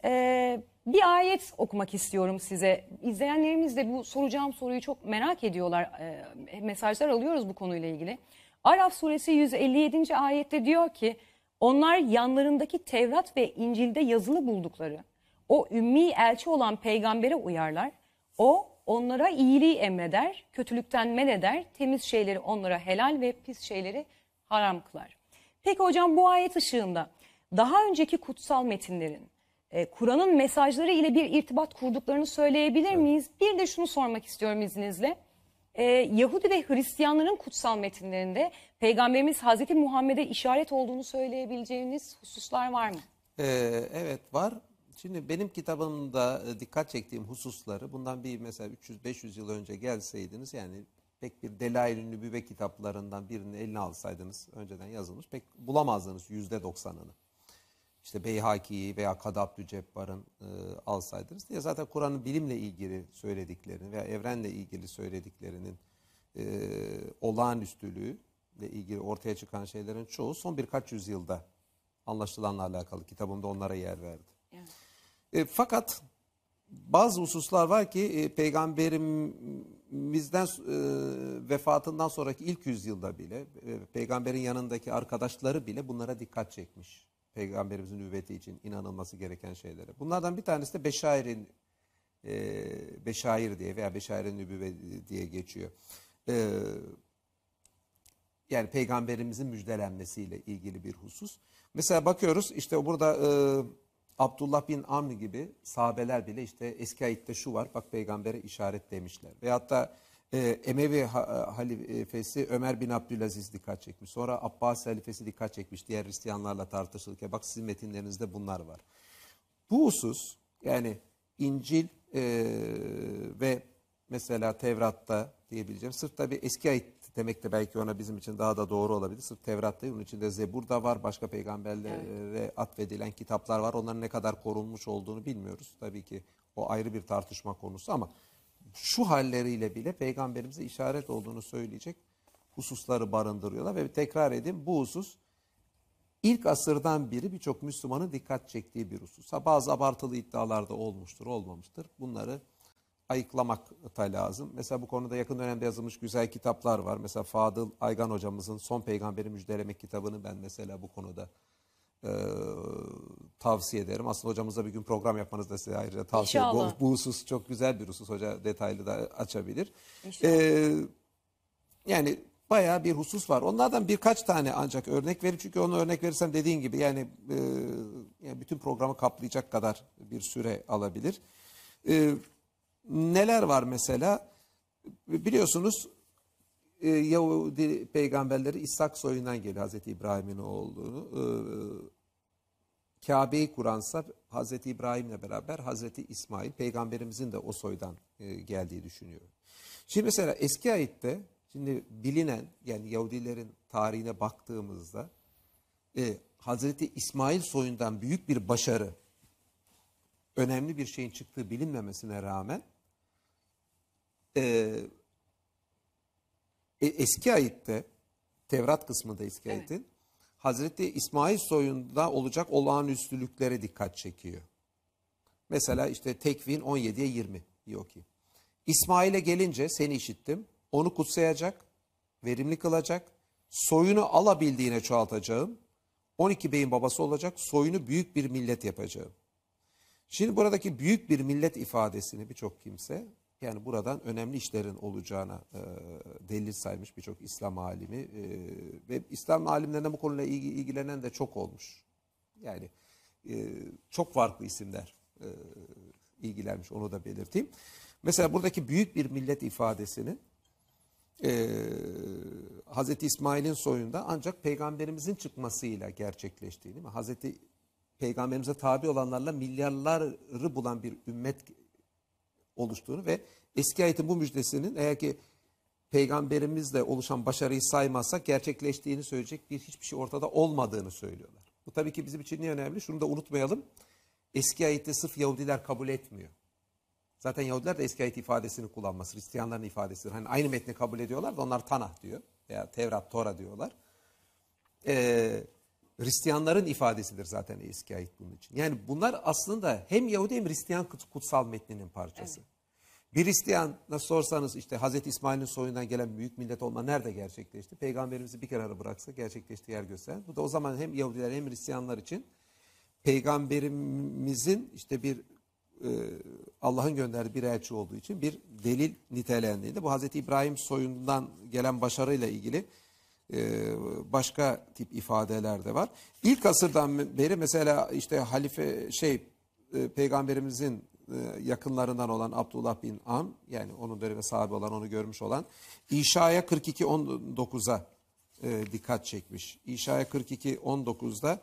bir ayet okumak istiyorum size. İzleyenlerimiz de bu soracağım soruyu çok merak ediyorlar. Mesajlar alıyoruz bu konuyla ilgili. Araf suresi 157. ayette diyor ki onlar yanlarındaki Tevrat ve İncil'de yazılı buldukları o ümmi elçi olan peygambere uyarlar. O onlara iyiliği emreder, kötülükten men eder, temiz şeyleri onlara helal ve pis şeyleri haram kılar. Peki hocam bu ayet ışığında daha önceki kutsal metinlerin Kur'an'ın mesajları ile bir irtibat kurduklarını söyleyebilir miyiz? Bir de şunu sormak istiyorum izninizle. Yahudi ve Hristiyanların kutsal metinlerinde Peygamberimiz Hazreti Muhammed'e işaret olduğunu söyleyebileceğiniz hususlar var mı? Evet var. Şimdi benim kitabımda dikkat çektiğim hususları bundan bir mesela 300-500 yıl önce gelseydiniz, yani pek bir Delail-i Nübüvve kitaplarından birini eline alsaydınız, önceden yazılmış, pek bulamazdınız %90'ını. İşte Beyhaki'yi veya Kadı Abdülcebbar'ın alsaydınız diye, zaten Kur'an'ın bilimle ilgili söylediklerini veya evrenle ilgili söylediklerinin olağanüstülüğüyle ilgili ortaya çıkan şeylerin çoğu son birkaç yüzyılda anlaşılanla alakalı. Kitabımda onlara yer verdim. Evet. Fakat bazı hususlar var ki Peygamberimizden vefatından sonraki ilk yüzyılda bile Peygamberin yanındaki arkadaşları bile bunlara dikkat çekmiş. Peygamberimizin nübüvveti için inanılması gereken şeylere. Bunlardan bir tanesi de Beşair diye veya Beşair-i Nübüvve diye geçiyor. Yani Peygamberimizin müjdelenmesiyle ilgili bir husus. Mesela bakıyoruz işte burada Abdullah bin Amr gibi sahabeler bile işte eski ayette şu var, bak peygambere işaret demişler. Veyahut da Emevi halifesi Ömer bin Abdülaziz dikkat çekmiş. Sonra Abbas halifesi dikkat çekmiş diğer Hristiyanlarla tartışılırken. Bak sizin metinlerinizde bunlar var. Bu husus, yani İncil ve mesela Tevrat'ta diyebileceğim. Sırf tabii eski ayet demek de belki ona bizim için daha da doğru olabilir. Sırf Tevrat değil, bunun içinde Zebur da var. Başka peygamberlere atfedilen kitaplar var. Onların ne kadar korunmuş olduğunu bilmiyoruz. Tabii ki o ayrı bir tartışma konusu ama şu halleriyle bile peygamberimize işaret olduğunu söyleyecek hususları barındırıyorlar. Ve tekrar edeyim, bu husus ilk asırdan biri birçok Müslümanın dikkat çektiği bir husus. Bazı abartılı iddialar da olmuştur, olmamıştır. Bunları ayıklamak da lazım. Mesela bu konuda yakın dönemde yazılmış güzel kitaplar var. Mesela Fadıl Aygan hocamızın Son Peygamberi Müjdelemek kitabını ben mesela bu konuda tavsiye ederim. Aslında hocamızla bir gün program yapmanızı da size ayrıca tavsiye ederim. Bu husus çok güzel bir husus. Hoca detaylı da açabilir. Yani bayağı bir husus var. Onlardan birkaç tane ancak örnek vereyim. Çünkü onu örnek verirsem dediğin gibi yani bütün programı kaplayacak kadar bir süre alabilir. Neler var mesela? Biliyorsunuz Yahudi peygamberleri İshak soyundan geliyor, Hazreti İbrahim'in olduğunu. Kabe'yi kuransa Hazreti İbrahim'le beraber Hazreti İsmail peygamberimizin de o soydan geldiği düşünüyor. Şimdi mesela eski ayette şimdi bilinen, yani Yahudilerin tarihine baktığımızda Hazreti İsmail soyundan büyük bir başarı, önemli bir şeyin çıktığı bilinmemesine rağmen eski ayette, Tevrat kısmında eski ayetin Hazreti İsmail soyunda olacak olağanüstülüklere dikkat çekiyor. Mesela işte Tekvin 17'ye 20 diyor ki, İsmail'e gelince seni işittim, onu kutsayacak, verimli kılacak, soyunu alabildiğine çoğaltacağım, 12 beyin babası olacak, soyunu büyük bir millet yapacağım. Şimdi buradaki büyük bir millet ifadesini birçok kimse, yani buradan önemli işlerin olacağına delil saymış birçok İslam alimi ve İslam alimlerine bu konuyla ilgilenen de çok olmuş. Yani çok farklı isimler ilgilenmiş, onu da belirteyim. Mesela buradaki büyük bir millet ifadesinin Hazreti İsmail'in soyunda ancak peygamberimizin çıkmasıyla gerçekleştiğini, Hazreti Peygamberimize tabi olanlarla milyarları bulan bir ümmet oluştuğunu ve eski ayetin bu müjdesinin eğer ki peygamberimizle oluşan başarıyı saymazsak gerçekleştiğini söyleyecek hiçbir şey ortada olmadığını söylüyorlar. Bu tabii ki bizim için niye önemli? Şunu da unutmayalım. Eski ayette sırf Yahudiler kabul etmiyor. Zaten Yahudiler de eski ayet ifadesini kullanması, Hristiyanların ifadesidir. Hani aynı metni kabul ediyorlar da onlar Tanah diyor veya Tevrat, Tora diyorlar. Hristiyanların ifadesidir zaten eski ayet bunun için. Yani bunlar aslında hem Yahudi hem Hristiyan kutsal metninin parçası. Evet. Bir Hristiyan nasıl sorsanız işte Hazreti İsmail'in soyundan gelen büyük millet olma nerede gerçekleşti? Peygamberimizi bir kenara bıraksa gerçekleştiği yer gösteren. Bu da o zaman hem Yahudiler hem Hristiyanlar için Peygamberimizin işte bir Allah'ın gönderdiği bir elçi olduğu için bir delil nitelendiğinde bu Hazreti İbrahim soyundan gelen başarıyla ilgili başka tip ifadeler de var. İlk asırdan beri mesela işte halife peygamberimizin yakınlarından olan Abdullah bin Am, yani onun döneminde sahabe olan, onu görmüş olan İşa'ya 42-19'a dikkat çekmiş. İşa'ya 42-19'da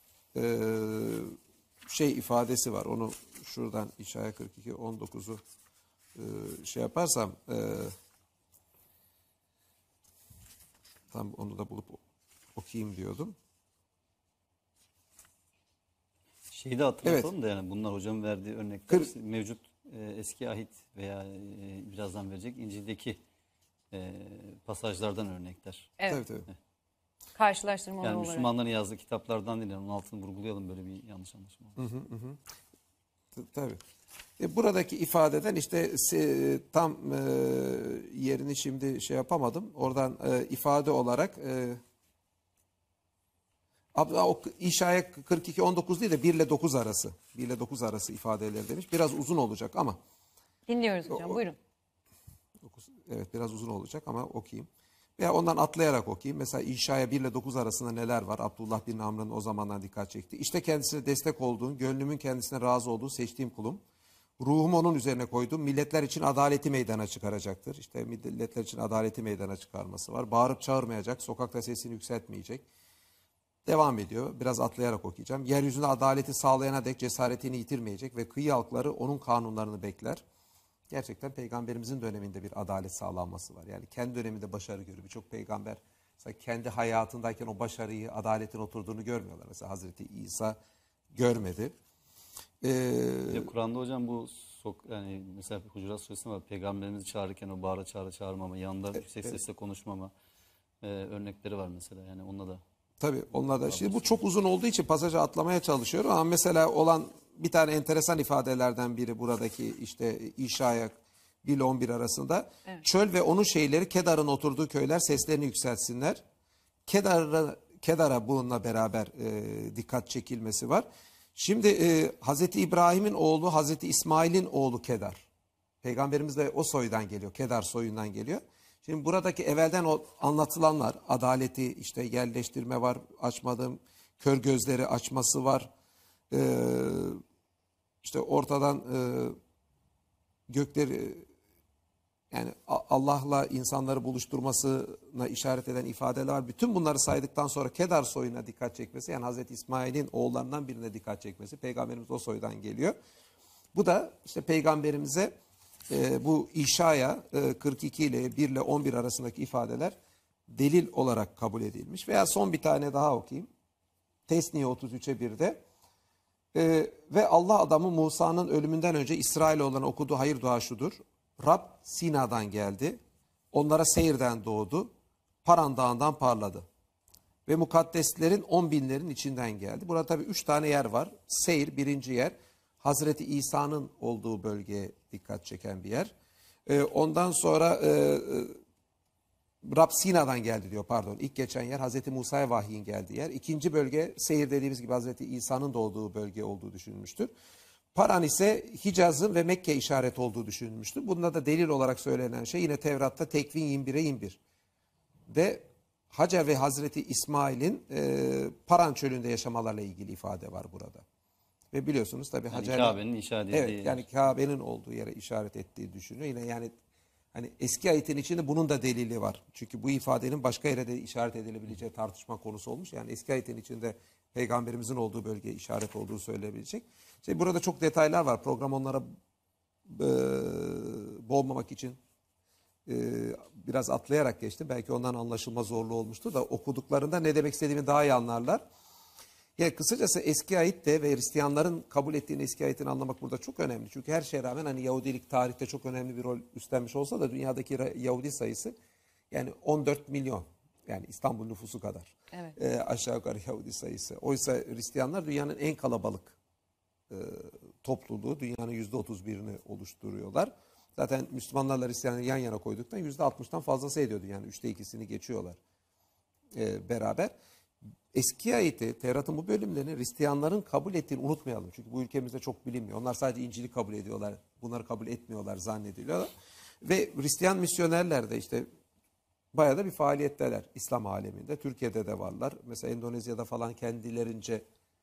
ifadesi var. Onu şuradan İşa'ya 42-19'u yaparsam tam onu da bulup okuyayım diyordum. Şeyi de hatırlatalım da yani bunlar hocam verdiği örnekler mevcut eski ahit veya birazdan verecek İncil'deki pasajlardan örnekler. Evet. Tabii. Karşılaştırmalar yani olarak. Müslümanların yazdığı kitaplardan değil. Onun altını vurgulayalım, böyle bir yanlış anlaşılma. Tabii. Buradaki ifadeden işte tam yerini şimdi yapamadım. Oradan ifade olarak İşa'ya 42-19 değil de 1 ile 9 arası. 1 ile 9 arası ifadeler demiş. Biraz uzun olacak ama. Dinliyoruz hocam, buyurun. Evet, biraz uzun olacak ama okuyayım. Veya ondan atlayarak okuyayım. Mesela İşa'ya 1 ile 9 arasında neler var? Abdullah bin Amr'ın o zamandan dikkat çekti. İşte kendisine destek olduğun, gönlümün kendisine razı olduğu seçtiğim kulum. Ruhumu onun üzerine koydum. Milletler için adaleti meydana çıkaracaktır. İşte milletler için adaleti meydana çıkarması var. Bağırıp çağırmayacak, sokakta sesini yükseltmeyecek. Devam ediyor. Biraz atlayarak okuyacağım. Yeryüzünde adaleti sağlayana dek cesaretini yitirmeyecek ve kıyı halkları onun kanunlarını bekler. Gerçekten peygamberimizin döneminde bir adalet sağlanması var. Yani kendi döneminde başarı görüyor. Birçok peygamber mesela kendi hayatındayken o başarıyı, adaletin oturduğunu görmüyorlar. Mesela Hazreti İsa görmedi. Kur'an'da hocam bu yani mesela Hucurat Suresi'nde var. Peygamberimizi çağırırken o bağıra çağırmama, yanında yüksek sesle konuşmama örnekleri var mesela. Yani onunla da. Tabii onlar da. Şimdi bu çok uzun olduğu için pasajı atlamaya çalışıyorum ama mesela olan bir tane enteresan ifadelerden biri buradaki işte İşa'ya 1 ile 11 arasında. Evet. Çöl ve onun şeyleri, Kedar'ın oturduğu köyler seslerini yükseltsinler. Kedar'a bununla beraber dikkat çekilmesi var. Şimdi Hazreti İbrahim'in oğlu, Hazreti İsmail'in oğlu Kedar. Peygamberimiz de o soydan geliyor, Kedar soyundan geliyor. Şimdi buradaki evvelden o anlatılanlar, adaleti, işte yerleştirme var, açmadığım kör gözleri açması var. İşte ortadan gökleri, yani Allah'la insanları buluşturmasına işaret eden ifadeler var. Bütün bunları saydıktan sonra Kedar soyuna dikkat çekmesi, yani Hazreti İsmail'in oğullarından birine dikkat çekmesi. Peygamberimiz o soydan geliyor. Bu da işte peygamberimize bu İşa'ya 42 ile 1 ile 11 arasındaki ifadeler delil olarak kabul edilmiş. Veya son bir tane daha okuyayım. Tesniye 33'e 1'de. Ve Allah adamı Musa'nın ölümünden önce İsrailoğullarına okuduğu hayır dua şudur. Rab Sina'dan geldi. Onlara Seir'den doğdu. Paran Dağı'ndan parladı. Ve mukaddeslerin 10 binlerin içinden geldi. Burada tabii 3 tane yer var. Seir birinci yer. Hazreti İsa'nın olduğu bölgeye dikkat çeken bir yer. Ondan sonra Rab Sina'dan geldi diyor, pardon. İlk geçen yer Hazreti Musa'ya vahyin geldiği yer. İkinci bölge Seyir dediğimiz gibi Hazreti İsa'nın doğduğu bölge olduğu düşünülmüştür. Paran ise Hicaz'ın ve Mekke işaret olduğu düşünülmüştür. Bunda da delil olarak söylenen şey yine Tevrat'ta Tekvin 21'e 21. Ve Hacer ve Hazreti İsmail'in Paran çölünde yaşamalarla ilgili ifade var burada. Ve biliyorsunuz tabii Yani Hacer... Kabe'nin işaret edildiği Evet, yani Kabe'nin olduğu yere işaret ettiği düşünüyor. Yine yani hani eski ayetin içinde bunun da delili var. Çünkü bu ifadenin başka yere de işaret edilebileceği tartışma konusu olmuş. Yani eski ayetin içinde peygamberimizin olduğu bölgeye işaret olduğu söyleyebilecek. İşte burada çok detaylar var. Program onlara boğmamak için biraz atlayarak geçtim. Belki ondan anlaşılma zorluğu olmuştu da okuduklarında ne demek istediğimi daha iyi anlarlar. Yani kısacası eski ayet de ve Hristiyanların kabul ettiğini eski ayetini anlamak burada çok önemli. Çünkü her şeye rağmen hani Yahudilik tarihte çok önemli bir rol üstlenmiş olsa da dünyadaki Yahudi sayısı yani 14 milyon. Yani İstanbul nüfusu kadar. Evet. Aşağı yukarı Yahudi sayısı. Oysa Hristiyanlar dünyanın en kalabalık topluluğu. Dünyanın %31'ini oluşturuyorlar. Zaten Müslümanlarla Hristiyanları yan yana koyduktan %60'tan fazlası ediyordu. Yani 2/3'ünü geçiyorlar beraber. Eski ayeti, Tevrat'ın bu bölümlerini Hristiyanların kabul ettiğini unutmayalım. Çünkü bu ülkemizde çok bilinmiyor. Onlar sadece İncil'i kabul ediyorlar. Bunları kabul etmiyorlar zannediliyorlar. Ve Hristiyan misyonerler de işte bayağı da bir faaliyetteler İslam aleminde. Türkiye'de de varlar. Mesela Endonezya'da falan kendilerince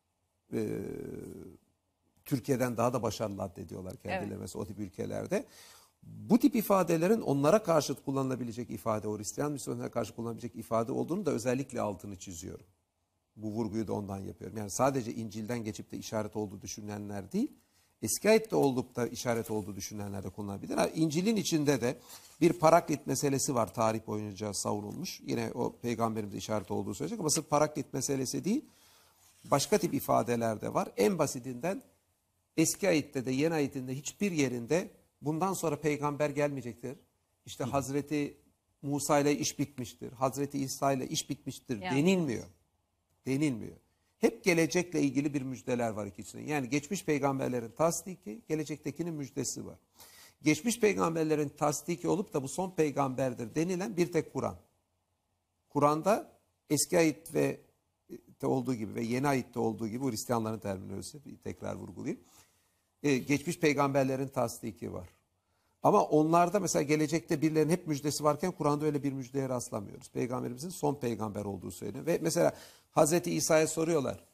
Türkiye'den daha da başarılı addediyorlar kendileri, evet. Mesela o tip ülkelerde. Bu tip ifadelerin onlara karşıt kullanılabilecek ifade, o Hristiyan misyonerlere karşı kullanılabilecek ifade olduğunu da özellikle altını çiziyorum. Bu vurguyu da ondan yapıyorum. Yani sadece İncil'den geçip de işaret olduğu düşünenler değil, eski ayette olup da işaret olduğu düşünenler de kullanabilir. İncil'in içinde de bir paraklit meselesi var, tarih boyunca savunulmuş. Yine o peygamberimize işaret olduğu söyleyecek ama sırf paraklit meselesi değil, başka tip ifadeler de var. En basitinden eski ayette de yeni ayetinde hiçbir yerinde bundan sonra peygamber gelmeyecektir. İşte Hazreti Musa ile iş bitmiştir. Hazreti İsa ile iş bitmiştir denilmiyor. Denilmiyor. Hep gelecekle ilgili bir müjdeler var ikisinin. Yani geçmiş peygamberlerin tasdiki, gelecektekinin müjdesi var. Geçmiş peygamberlerin tasdiki olup da bu son peygamberdir denilen bir tek Kur'an. Kur'an'da eski ayet ve olduğu gibi ve yeni ayette olduğu gibi, bu Hristiyanların terminolojisi, tekrar vurgulayayım. Geçmiş peygamberlerin tasdiki var. Ama onlarda mesela gelecekte birilerinin hep müjdesi varken Kur'an'da öyle bir müjdeye rastlamıyoruz. Peygamberimizin son peygamber olduğu söyleniyor. Ve mesela Hazreti İsa'ya soruyorlar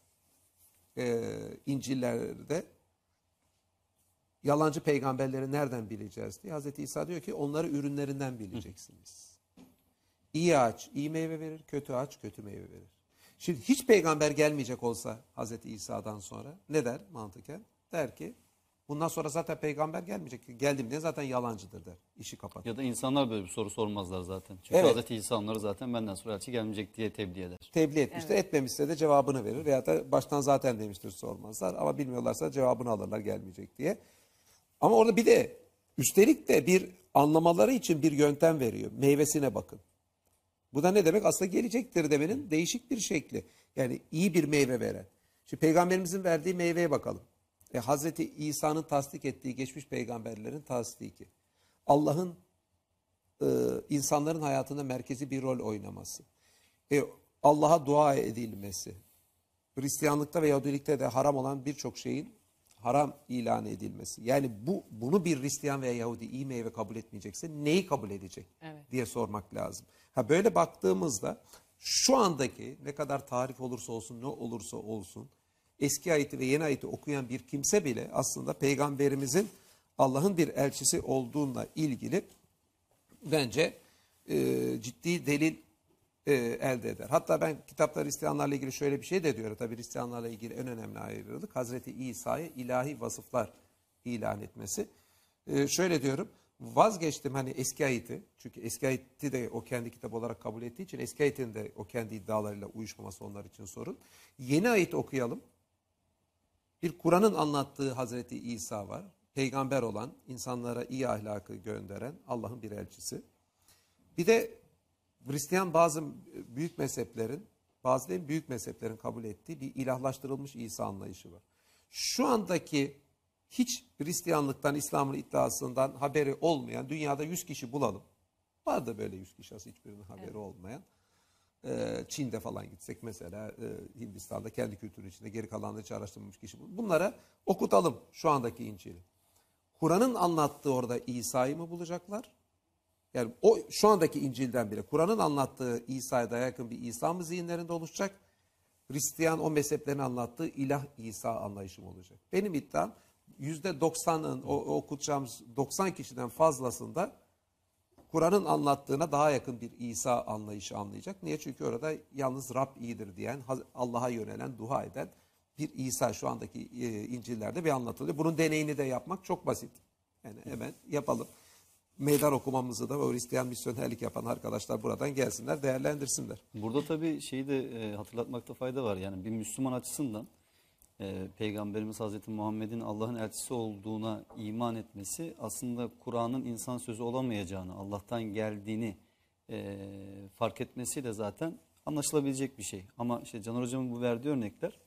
İncil'lerde, yalancı peygamberleri nereden bileceğiz diye. Hazreti İsa diyor ki onları ürünlerinden bileceksiniz. İyi ağaç iyi meyve verir, kötü ağaç kötü meyve verir. Şimdi hiç peygamber gelmeyecek olsa Hazreti İsa'dan sonra ne der mantıken? Der ki bundan sonra zaten peygamber gelmeyecek. Geldim diye zaten yalancıdır der. İşi kapat. Ya da insanlar böyle bir soru sormazlar zaten. Çünkü evet. Hazreti İsa onları zaten benden sonra elçi gelmeyecek diye tebliğ eder. Tebliğ etmiştir. Evet. Etmemişse de cevabını verir. Veya da baştan zaten demiştir, sormazlar. Ama bilmiyorlarsa cevabını alırlar gelmeyecek diye. Ama orada bir de üstelik de bir anlamaları için bir yöntem veriyor. Meyvesine bakın. Bu da ne demek? Aslında gelecektir demenin değişik bir şekli. Yani iyi bir meyve veren. Şimdi peygamberimizin verdiği meyveye bakalım. Hazreti İsa'nın tasdik ettiği geçmiş peygamberlerin tasdiki. Allah'ın insanların hayatında merkezi bir rol oynaması. Allah'a dua edilmesi. Hristiyanlıkta ve Yahudilikte de haram olan birçok şeyin haram ilan edilmesi. Yani bunu bir Hristiyan veya Yahudi iyi meyve kabul etmeyecekse neyi kabul edecek diye sormak lazım. Böyle baktığımızda şu andaki ne kadar tarif olursa olsun, ne olursa olsun, eski ayeti ve yeni ayeti okuyan bir kimse bile aslında peygamberimizin Allah'ın bir elçisi olduğuna ilgili bence ciddi delil elde eder. Hatta ben kitapta Hristiyanlarla ilgili şöyle bir şey de diyorum. Tabii Hristiyanlarla ilgili en önemli ayrılık Hazreti İsa'ya ilahi vasıflar ilan etmesi. Şöyle diyorum, vazgeçtim hani eski ayeti, çünkü eski ayeti de o kendi kitap olarak kabul ettiği için eski ayetin de o kendi iddialarıyla uyuşmaması onlar için sorun. Yeni ayeti okuyalım. Bir Kur'an'ın anlattığı Hazreti İsa var. Peygamber olan, insanlara iyi ahlakı gönderen Allah'ın bir elçisi. Bir de Hristiyan bazı büyük mezheplerin, bazı büyük mezheplerin kabul ettiği bir ilahlaştırılmış İsa anlayışı var. Şu andaki hiç Hristiyanlıktan, İslam'ın iddiasından haberi olmayan dünyada 100 kişi bulalım. Vardı böyle 100 kişi hiçbirinin haberi olmayan. Çin'de falan gitsek mesela, Hindistan'da kendi kültürü içinde, geri kalanları hiç araştırmamış kişi. Bunlara okutalım şu andaki İncil'i. Kur'an'ın anlattığı orada İsa'yı mı bulacaklar? Yani o şu andaki İncil'den bile Kur'an'ın anlattığı İsa'ya daha yakın bir İsa mı zihinlerinde oluşacak? Hristiyan o mezheplerin anlattığı ilah İsa anlayışı mı olacak? Benim iddiam %90'ın o okutacağımız 90 kişiden fazlasında Kur'an'ın anlattığına daha yakın bir İsa anlayışı anlayacak. Niye? Çünkü orada yalnız Rab iyidir diyen, Allah'a yönelen, dua eden bir İsa şu andaki İncil'lerde bir anlatılıyor. Bunun deneyini de yapmak çok basit. Yani hemen yapalım. Meydan okumamızı da o Hristiyan misyonerlik yapan arkadaşlar buradan gelsinler, değerlendirsinler. Burada tabii şeyi de hatırlatmakta fayda var. Yani bir Müslüman açısından Peygamberimiz Hazreti Muhammed'in Allah'ın elçisi olduğuna iman etmesi aslında Kur'an'ın insan sözü olamayacağını, Allah'tan geldiğini fark etmesiyle zaten anlaşılabilecek bir şey. Ama işte Caner Hocam'ın bu verdiği örnekler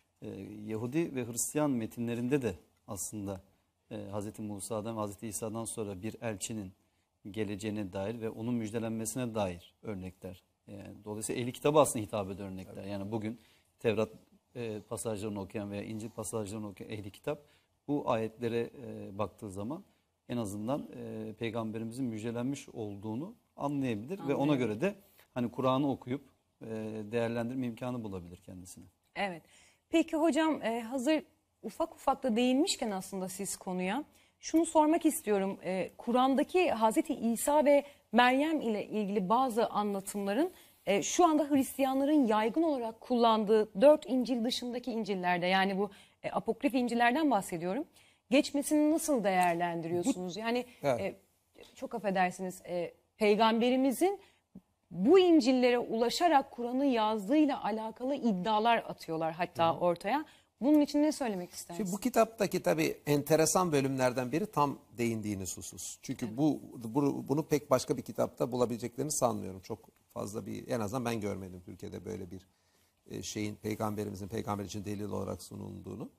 Yahudi ve Hristiyan metinlerinde de aslında Hazreti Musa'dan ve Hazreti İsa'dan sonra bir elçinin geleceğine dair ve onun müjdelenmesine dair örnekler. Dolayısıyla ehli kitaba aslında hitap eden örnekler. Yani bugün Tevrat pasajlarını okuyan veya İncil pasajlarını okuyan ehli kitap bu ayetlere baktığı zaman en azından Peygamberimizin müjdelenmiş olduğunu anlayabilir ve ona göre de hani Kur'an'ı okuyup değerlendirme imkanı bulabilir kendisine. Evet. Peki hocam, hazır ufak ufak da değinmişken aslında siz konuya şunu sormak istiyorum. Kur'an'daki Hazreti İsa ve Meryem ile ilgili bazı anlatımların şu anda Hristiyanların yaygın olarak kullandığı 4 İncil dışındaki İncil'lerde, yani bu apokrif İncil'lerden bahsediyorum, geçmesini nasıl değerlendiriyorsunuz? Yani Evet. çok affedersiniz, Peygamberimizin bu İncil'lere ulaşarak Kur'an'ı yazdığıyla alakalı iddialar atıyorlar hatta ortaya. Bunun için ne söylemek istersiniz? Şimdi bu kitaptaki tabii enteresan bölümlerden biri tam değindiğiniz husus. Çünkü bunu pek başka bir kitapta bulabileceklerini sanmıyorum. Çok fazla en azından ben görmedim Türkiye'de böyle bir şeyin peygamberimizin peygamber için delil olarak sunulduğunu.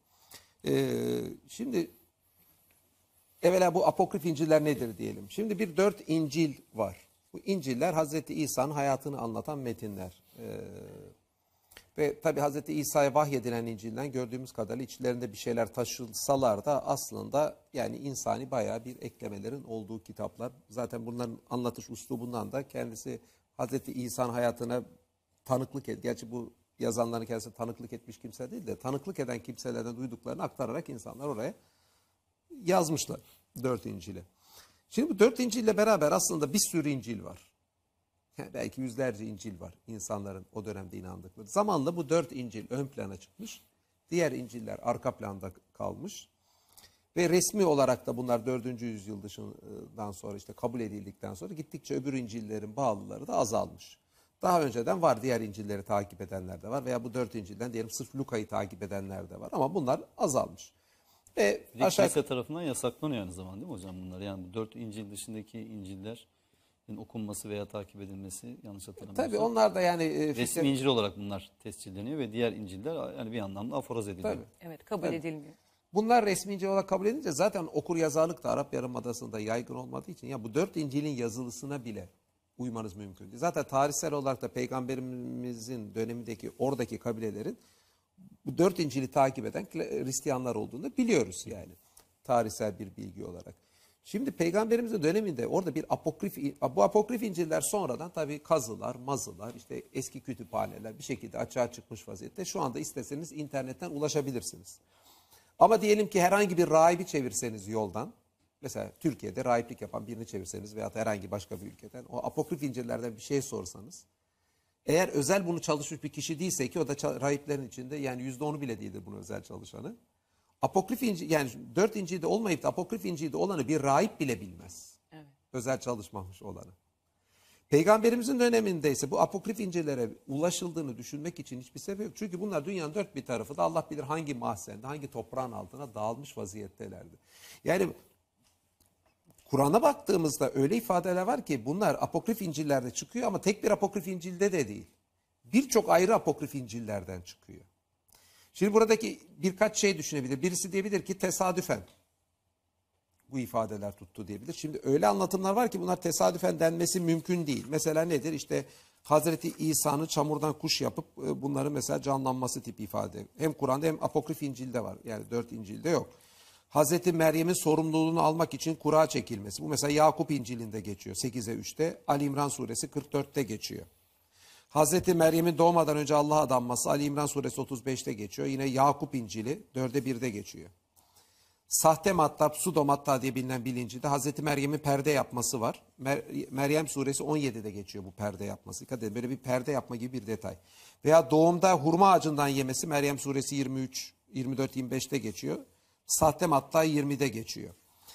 Şimdi evvela bu apokrif İncil'ler nedir diyelim. Şimdi bir 4 İncil var. Bu İncil'ler Hazreti İsa'nın hayatını anlatan metinler. Ve tabi Hazreti İsa'ya vahyedilen İncil'den gördüğümüz kadarıyla içlerinde bir şeyler taşılsalar da aslında yani insani bayağı bir eklemelerin olduğu kitaplar. Zaten bunların anlatış üslubundan da kendisi Hazreti İsa'nın hayatına tanıklık et. Gerçi bu yazanların kendisi tanıklık etmiş kimse değil de tanıklık eden kimselerden duyduklarını aktararak insanlar oraya yazmışlar 4 İncil'i. Şimdi bu 4 İncil'le beraber aslında bir sürü İncil var. Belki yüzlerce İncil var insanların o dönemde inandıkları. Zamanla bu 4 İncil ön plana çıkmış. Diğer İncil'ler arka planda kalmış. Ve resmi olarak da bunlar 4. yüzyıl dışından sonra işte kabul edildikten sonra gittikçe öbür İncil'lerin bağlıları da azalmış. Daha önceden var, diğer İncil'leri takip edenler de var veya bu 4 İncil'den diyelim sırf Luka'yı takip edenler de var ama bunlar azalmış. Ve Kilise tarafından yasaklanıyor aynı zaman değil mi hocam bunlar? Yani bu 4 İncil dışındaki İncil'ler okunması veya takip edilmesi yanlış hatırlamıyorsam. Tabii onlar da yani resmi İncil olarak bunlar tescilleniyor ve diğer İncil'ler yani bir anlamda aforoz ediliyor. Tabii. Evet, kabul edilmiyor. Bunlar resmi İncil olarak kabul edince zaten okur yazarlık da Arap Yarımadası'nda yaygın olmadığı için ya bu 4 İncil'in yazılısına bile uymanız mümkün değil. Zaten tarihsel olarak da Peygamberimizin dönemindeki oradaki kabilelerin bu 4 İncil'i takip eden Hristiyanlar olduğunu biliyoruz yani tarihsel bir bilgi olarak. Şimdi Peygamberimizin döneminde orada bu apokrif İncil'ler sonradan tabii kazılar, mazılar, işte eski kütüphaneler bir şekilde açığa çıkmış vaziyette. Şu anda isteseniz internetten ulaşabilirsiniz. Ama diyelim ki herhangi bir rahibi çevirseniz yoldan, mesela Türkiye'de rahiplik yapan birini çevirseniz veya herhangi başka bir ülkeden o apokrif İncil'lerden bir şey sorsanız, eğer özel bunu çalışmış bir kişi değilse ki o da rahiplerin içinde yani %10'u bile değildir bunu özel çalışanı. Apokrif İncil yani 4 İncil'de olmayıp da apokrif İncil'de olanı bir rahip bile bilmez. Evet. Özel çalışmamış olanı. Peygamberimizin döneminde ise bu apokrif İncil'lere ulaşıldığını düşünmek için hiçbir sebep yok. Çünkü bunlar dünyanın dört bir tarafı da Allah bilir hangi mahzende, hangi toprağın altına dağılmış vaziyettelerdi. Yani Kur'an'a baktığımızda öyle ifadeler var ki bunlar apokrif İncil'lerde çıkıyor ama tek bir apokrif İncil'de de değil. Birçok ayrı apokrif İncil'lerden çıkıyor. Şimdi buradaki birkaç şey düşünebilir. Birisi diyebilir ki tesadüfen. bu ifadeler tuttu diyebilir. Şimdi öyle anlatımlar var ki bunlar tesadüfen denmesi mümkün değil. Mesela nedir? İşte Hazreti İsa'nın çamurdan kuş yapıp bunların mesela canlanması tipi ifade. Hem Kur'an'da hem Apokrif İncil'de var. Yani 4 İncil'de yok. Hazreti Meryem'in sorumluluğunu almak için kura çekilmesi. Bu mesela Yakup İncil'inde geçiyor 8'e 3'te. Ali İmran suresi 44'te geçiyor. Hazreti Meryem'in doğmadan önce Allah'a adanması Ali İmran suresi 35'te geçiyor. Yine Yakup İncil'i 4'e 1'de geçiyor. Sahte mattap, pseudomatta diye bilinen bilincinde Hazreti Meryem'in perde yapması var. Meryem suresi 17'de geçiyor bu perde yapması. Dikkat edin, böyle bir perde yapma gibi bir detay. Veya doğumda hurma ağacından yemesi Meryem suresi 23, 24, 25'te geçiyor. Sahte matta 20'de geçiyor.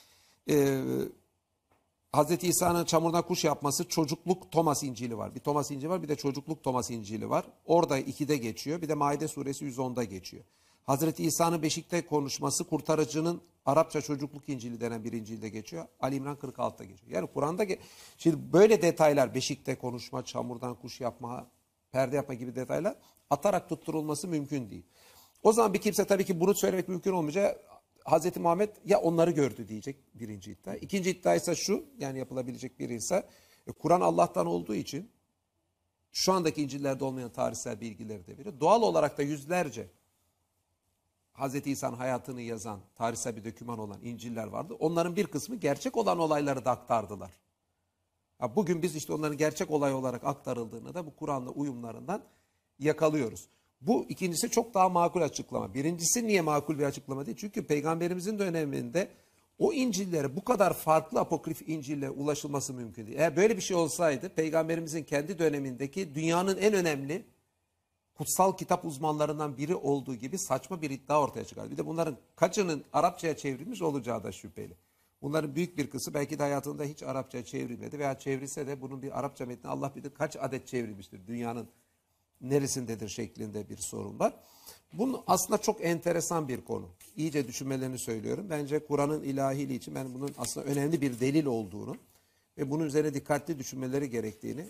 Hazreti İsa'nın çamurdan kuş yapması çocukluk Thomas İncil'i var. Bir Thomas İncil'i var, bir de çocukluk Thomas İncil'i var. Orada 2'de geçiyor, bir de Maide suresi 110'da geçiyor. Hazreti İsa'nın beşikte konuşması kurtarıcının Arapça çocukluk İncil'i denen bir İncil'de geçiyor. Ali İmran 46'da geçiyor. Yani Kur'an'da şimdi böyle detaylar, beşikte konuşma, çamurdan kuş yapma, perde yapma gibi detaylar atarak tutturulması mümkün değil. O zaman bir kimse tabii ki bunu söylemek mümkün olmayacak. Hazreti Muhammed ya onları gördü diyecek birinci iddia. İkinci iddia ise şu, yani yapılabilecek biri ise Kur'an Allah'tan olduğu için şu andaki İncil'lerde olmayan tarihsel bilgileri de veriyor. Doğal olarak da yüzlerce Hazreti İsa'nın hayatını yazan, tarihsel bir doküman olan İncil'ler vardı. Onların bir kısmı gerçek olan olayları da aktardılar. Bugün biz işte onların gerçek olay olarak aktarıldığını da bu Kur'an'la uyumlarından yakalıyoruz. Bu ikincisi çok daha makul açıklama. Birincisi niye makul bir açıklama değil? Çünkü Peygamberimizin döneminde o İncil'lere bu kadar farklı apokrif İncil'lere ulaşılması mümkün değil. Eğer böyle bir şey olsaydı Peygamberimizin kendi dönemindeki dünyanın en önemli kutsal kitap uzmanlarından biri olduğu gibi saçma bir iddia ortaya çıkar. Bir de bunların kaçının Arapçaya çevrilmiş olacağı da şüpheli. Bunların büyük bir kısmı belki de hayatında hiç Arapçaya çevrilmedi veya çevrilse de bunun bir Arapça metni Allah bilir kaç adet çevrilmiştir. Dünyanın neresindedir şeklinde bir sorun var. Bunun aslında çok enteresan bir konu. İyice düşünmelerini söylüyorum. Bence Kur'an'ın ilahiliği için ben bunun aslında önemli bir delil olduğunu ve bunun üzerine dikkatli düşünmeleri gerektiğini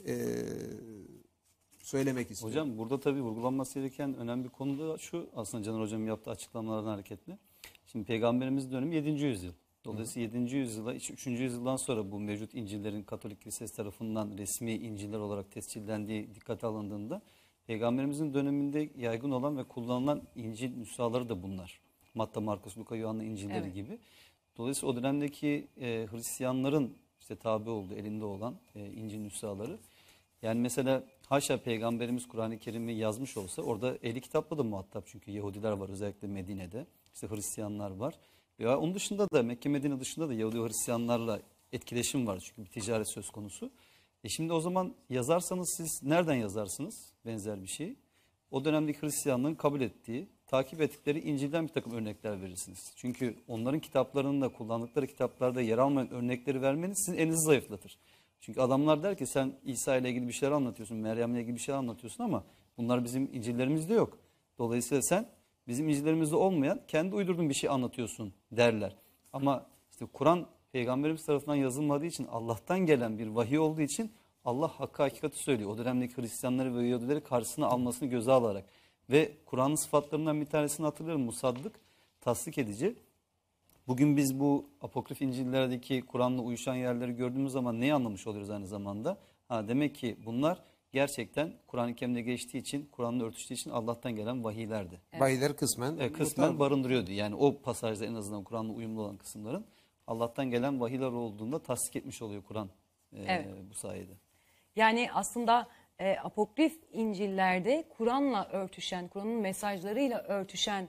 söylemek istiyorum. Hocam burada tabii vurgulanması gereken önemli bir konu da şu, aslında Caner Hocam'ın yaptığı açıklamalardan hareketle. Şimdi Peygamberimiz dönemi 7. yüzyıl. Dolayısıyla 7. yüzyıla, 3. yüzyıldan sonra bu mevcut İncil'lerin Katolik Kilisesi tarafından resmi İncil'ler olarak tescillendiği dikkate alındığında Peygamberimizin döneminde yaygın olan ve kullanılan İncil nüshaları da bunlar. Matta, Markus, Luka, Yuhanna İncil'leri gibi. Dolayısıyla o dönemdeki Hristiyanların işte tabi olduğu, elinde olan İncil nüshaları. Yani mesela haşa Peygamberimiz Kur'an-ı Kerim'i yazmış olsa orada ehli kitapla da muhatap, çünkü Yahudiler var özellikle Medine'de, işte Hristiyanlar var. Veya onun dışında da Mekke Medine dışında da Yahudi Hristiyanlarla etkileşim var, çünkü bir ticaret söz konusu. Şimdi o zaman yazarsanız siz nereden yazarsınız benzer bir şey? O dönemdeki Hristiyanlığın kabul ettiği, takip ettikleri İncil'den bir takım örnekler verirsiniz. Çünkü onların kitaplarında, kullandıkları kitaplarda yer almayan örnekleri vermeniz sizin elinizi zayıflatır. Çünkü adamlar der ki sen İsa ile ilgili bir şeyler anlatıyorsun, Meryem'le ilgili bir şeyler anlatıyorsun ama bunlar bizim İncil'lerimizde yok. Dolayısıyla sen bizim İncil'lerimizde olmayan kendi uydurduğun bir şey anlatıyorsun derler. Ama işte Kur'an Peygamberimiz tarafından yazılmadığı için, Allah'tan gelen bir vahiy olduğu için Allah hakkı hakikati söylüyor. O dönemdeki Hristiyanları ve Yahudileri karşısına almasını göze alarak. Ve Kur'an'ın sıfatlarından bir tanesini hatırlıyorum, musaddık, tasdik edici. Bugün biz bu apokrif İncil'lerdeki Kur'an'la uyuşan yerleri gördüğümüz zaman neyi anlamış oluyoruz aynı zamanda? Demek ki bunlar gerçekten Kur'an-ı Kerim'de geçtiği için, Kur'an'la örtüştüğü için Allah'tan gelen vahiylerdi. Evet. Vahiyleri kısmen. Kısmen barındırıyordu. Yani o pasajda en azından Kur'an'la uyumlu olan kısımların Allah'tan gelen vahiyler olduğunda tasdik etmiş oluyor Kur'an bu sayede. Yani aslında apokrif İncil'lerde Kur'an'la örtüşen, Kur'an'ın mesajlarıyla örtüşen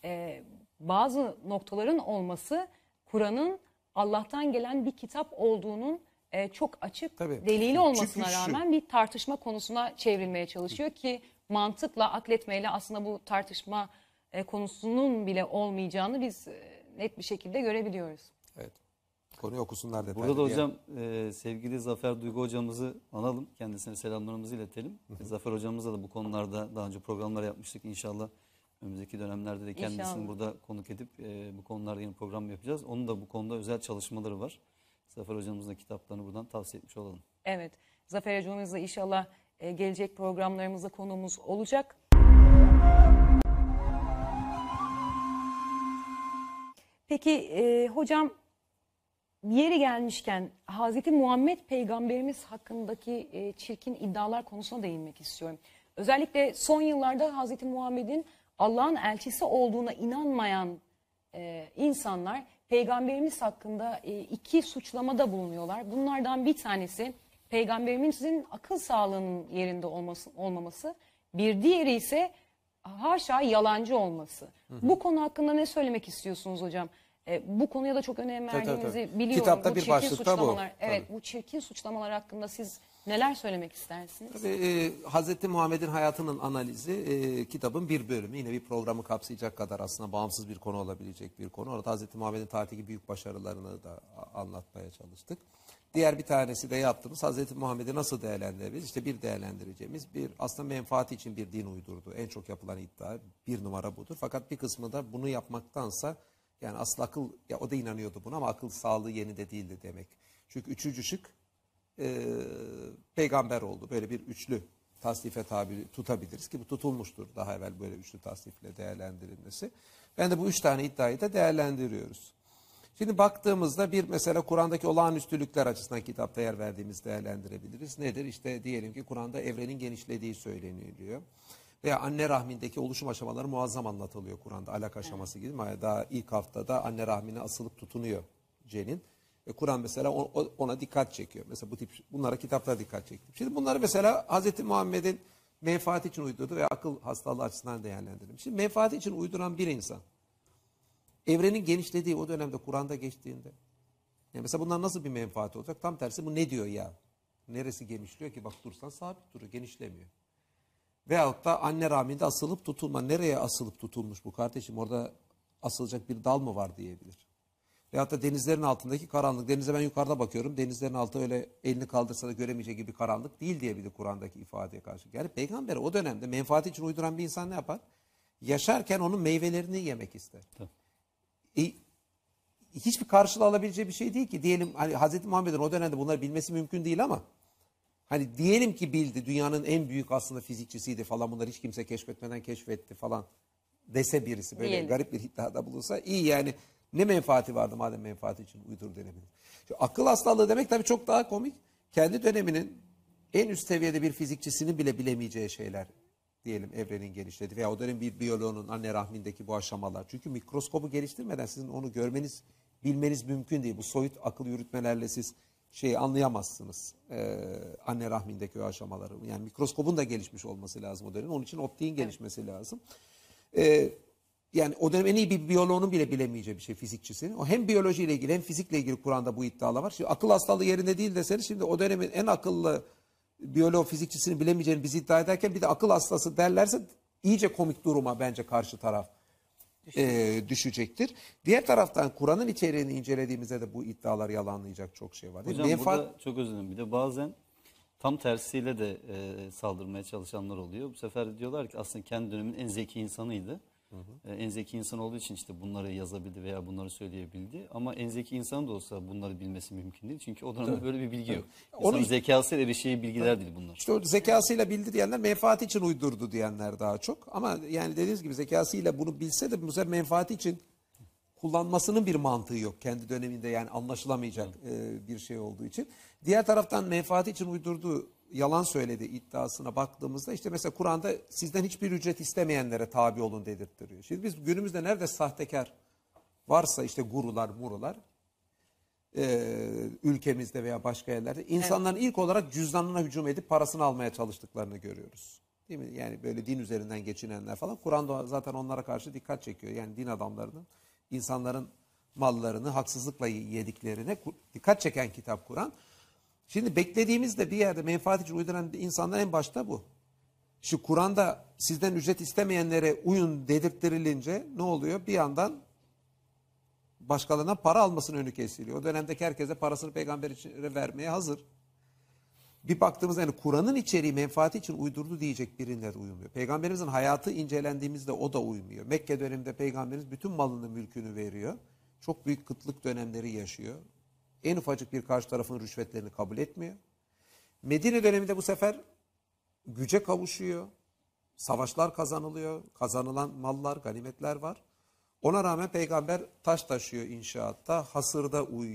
bazı noktaların olması Kur'an'ın Allah'tan gelen bir kitap olduğunun çok açık delili olmasına rağmen bir tartışma konusuna çevrilmeye çalışıyor ki mantıkla, akletmeyle aslında bu tartışma konusunun bile olmayacağını biz net bir şekilde görebiliyoruz. Evet. Konuyu okusunlar detaylı. Burada da hocam sevgili Zafer Duygu hocamızı analım. Kendisine selamlarımızı iletelim. Zafer hocamızla da bu konularda daha önce programlar yapmıştık. İnşallah önümüzdeki dönemlerde de kendisini burada konuk edip bu konularda yeni program yapacağız. Onun da bu konuda özel çalışmaları var. Zafer hocamızın da kitaplarını buradan tavsiye etmiş olalım. Evet. Zafer hocamızla inşallah gelecek programlarımızda konuğumuz olacak. Peki hocam, yeri gelmişken Hazreti Muhammed peygamberimiz hakkındaki çirkin iddialar konusuna değinmek istiyorum. Özellikle son yıllarda Hazreti Muhammed'in Allah'ın elçisi olduğuna inanmayan insanlar peygamberimiz hakkında iki suçlamada bulunuyorlar. Bunlardan bir tanesi peygamberimizin akıl sağlığının yerinde olmaması, bir diğeri ise haşa yalancı olması. Bu konu hakkında ne söylemek istiyorsunuz hocam? Bu konuya da çok önem verdiğinizi biliyorum. Kitapta bu bir başlıkta bu. Evet, bu çirkin suçlamalar hakkında siz neler söylemek istersiniz? Tabii, Hazreti Muhammed'in hayatının analizi kitabın bir bölümü. Yine bir programı kapsayacak kadar aslında bağımsız bir konu olabilecek bir konu. Orada Hazreti Muhammed'in tarihteki büyük başarılarını da anlatmaya çalıştık. Diğer bir tanesi de yaptığımız Hazreti Muhammed'i nasıl değerlendiririz? İşte bir değerlendireceğimiz bir aslında menfaati için bir din uydurdu. En çok yapılan iddia bir numara budur. Fakat bir kısmı da bunu yapmaktansa yani asıl akıl, ya o da inanıyordu buna ama akıl sağlığı yerinde değildi demek. Çünkü üçüncü şık peygamber oldu. Böyle bir üçlü tasnife tabi tutabiliriz ki bu tutulmuştur daha evvel böyle üçlü tasnifle değerlendirilmesi. Ben de bu üç tane iddiayı da değerlendiriyoruz. Şimdi baktığımızda bir mesela Kur'an'daki olağanüstülükler açısından kitapta yer verdiğimiz değerlendirebiliriz. Nedir? İşte diyelim ki Kur'an'da evrenin genişlediği söyleniliyor. Veya anne rahmindeki oluşum aşamaları muazzam anlatılıyor Kur'an'da. Alak aşaması gibi. Daha ilk haftada anne rahmine asılıp tutunuyor cenin. Ve Kur'an mesela ona dikkat çekiyor. Mesela bu tip bunlara kitaplara dikkat çekti. Şimdi bunları mesela Hz. Muhammed'in menfaati için uydurdu ve akıl hastalığı açısından değerlendirelim. Şimdi menfaati için uyduran bir insan evrenin genişlediği o dönemde Kur'an'da geçtiğinde yani mesela bunlar nasıl bir menfaati olacak? Tam tersi bu ne diyor ya? Neresi genişliyor ki? Bak dursan sabit duruyor, genişlemiyor. Veyahut da anne rahminde asılıp tutulma. Nereye asılıp tutulmuş bu kardeşim? Orada asılacak bir dal mı var diyebilir. Veyahut da denizlerin altındaki karanlık. Denize ben yukarıda bakıyorum. Denizlerin altı öyle elini kaldırsa da göremeyeceği gibi karanlık değil diyebilir Kur'an'daki ifadeye karşı. Yani peygamber o dönemde menfaati için uyduran bir insan ne yapar? Yaşarken onun meyvelerini yemek ister. Hiçbir karşılığı alabileceği bir şey değil ki. Diyelim hani Hazreti Muhammed'in o dönemde bunları bilmesi mümkün değil ama hani diyelim ki bildi, dünyanın en büyük aslında fizikçisiydi falan, bunları hiç kimse keşfetmeden keşfetti falan dese birisi, böyle diyelim, garip bir iddiada bulunsa iyi yani, ne menfaati vardı madem menfaati için uydur denebilir. Şu akıl hastalığı demek tabii çok daha komik. Kendi döneminin en üst seviyede bir fizikçisinin bile bilemeyeceği şeyler, diyelim evrenin genişledi veya o dönem bir biyoloğunun anne rahmindeki bu aşamalar. Çünkü mikroskobu geliştirmeden sizin onu görmeniz, bilmeniz mümkün değil. Bu soyut akıl yürütmelerle siz şeyi anlayamazsınız. Anne rahmindeki o aşamaları. Yani mikroskobun da gelişmiş olması lazım o dönem. Onun için optiğin gelişmesi lazım. Yani o dönem en iyi bir biyoloğunun bile bilemeyeceği bir şey fizikçisinin. O hem biyolojiyle ilgili hem fizikle ilgili Kur'an'da bu iddialar var. Şimdi akıl hastalığı yerinde değil deseniz şimdi o dönemin en akıllı biyolog fizikçisini bilemeyeceğini biz iddia ederken bir de akıl hastası derlerse iyice komik duruma bence karşı taraf düşecektir. Diğer taraftan Kur'an'ın içeriğini incelediğimizde de bu iddialar yalanlayacak çok şey var. Hocam burada çok özür dilerim. Bir de bazen tam tersiyle de saldırmaya çalışanlar oluyor. Bu sefer diyorlar ki aslında kendi dönemin en zeki insanıydı. En zeki insan olduğu için işte bunları yazabildi veya bunları söyleyebildi. Ama en zeki insan da olsa bunları bilmesi mümkün değil. Çünkü o dönemde böyle bir bilgi yok. İnsanın zekasıyla erişeceği bilgiler değil bunlar. İşte o zekasıyla bildi diyenler menfaati için uydurdu diyenler daha çok. Ama yani dediğiniz gibi zekasıyla bunu bilse de bu sefer menfaati için kullanmasının bir mantığı yok. Kendi döneminde yani anlaşılamayacak bir şey olduğu için. Diğer taraftan menfaati için uydurduğu, yalan söyledi iddiasına baktığımızda işte mesela Kur'an'da sizden hiçbir ücret istemeyenlere tabi olun dedirttiriyor. Şimdi biz günümüzde nerede sahtekar varsa işte gurular, murular ülkemizde veya başka yerlerde insanların ilk olarak cüzdanına hücum edip parasını almaya çalıştıklarını görüyoruz. Değil mi? Yani böyle din üzerinden geçinenler falan. Kur'an'da zaten onlara karşı dikkat çekiyor. Yani din adamlarının insanların mallarını haksızlıkla yediklerine dikkat çeken kitap Kur'an. Şimdi beklediğimizde bir yerde menfaat için uyduran insanlar en başta bu. Şu Kur'an'da sizden ücret istemeyenlere uyun dedirttirilince ne oluyor? Bir yandan başkalarından para almasının önü kesiliyor. O dönemdeki herkese parasını peygamber için vermeye hazır. Bir baktığımızda yani Kur'an'ın içeriği menfaati için uydurdu diyecek birine de uymuyor. Peygamberimizin hayatı incelendiğimizde o da uymuyor. Mekke döneminde peygamberimiz bütün malını mülkünü veriyor. Çok büyük kıtlık dönemleri yaşıyor. En ufacık bir karşı tarafın rüşvetlerini kabul etmiyor. Medine döneminde bu sefer güce kavuşuyor. Savaşlar kazanılıyor. Kazanılan mallar, ganimetler var. Ona rağmen peygamber taş taşıyor inşaatta. Hasırda uyuyor.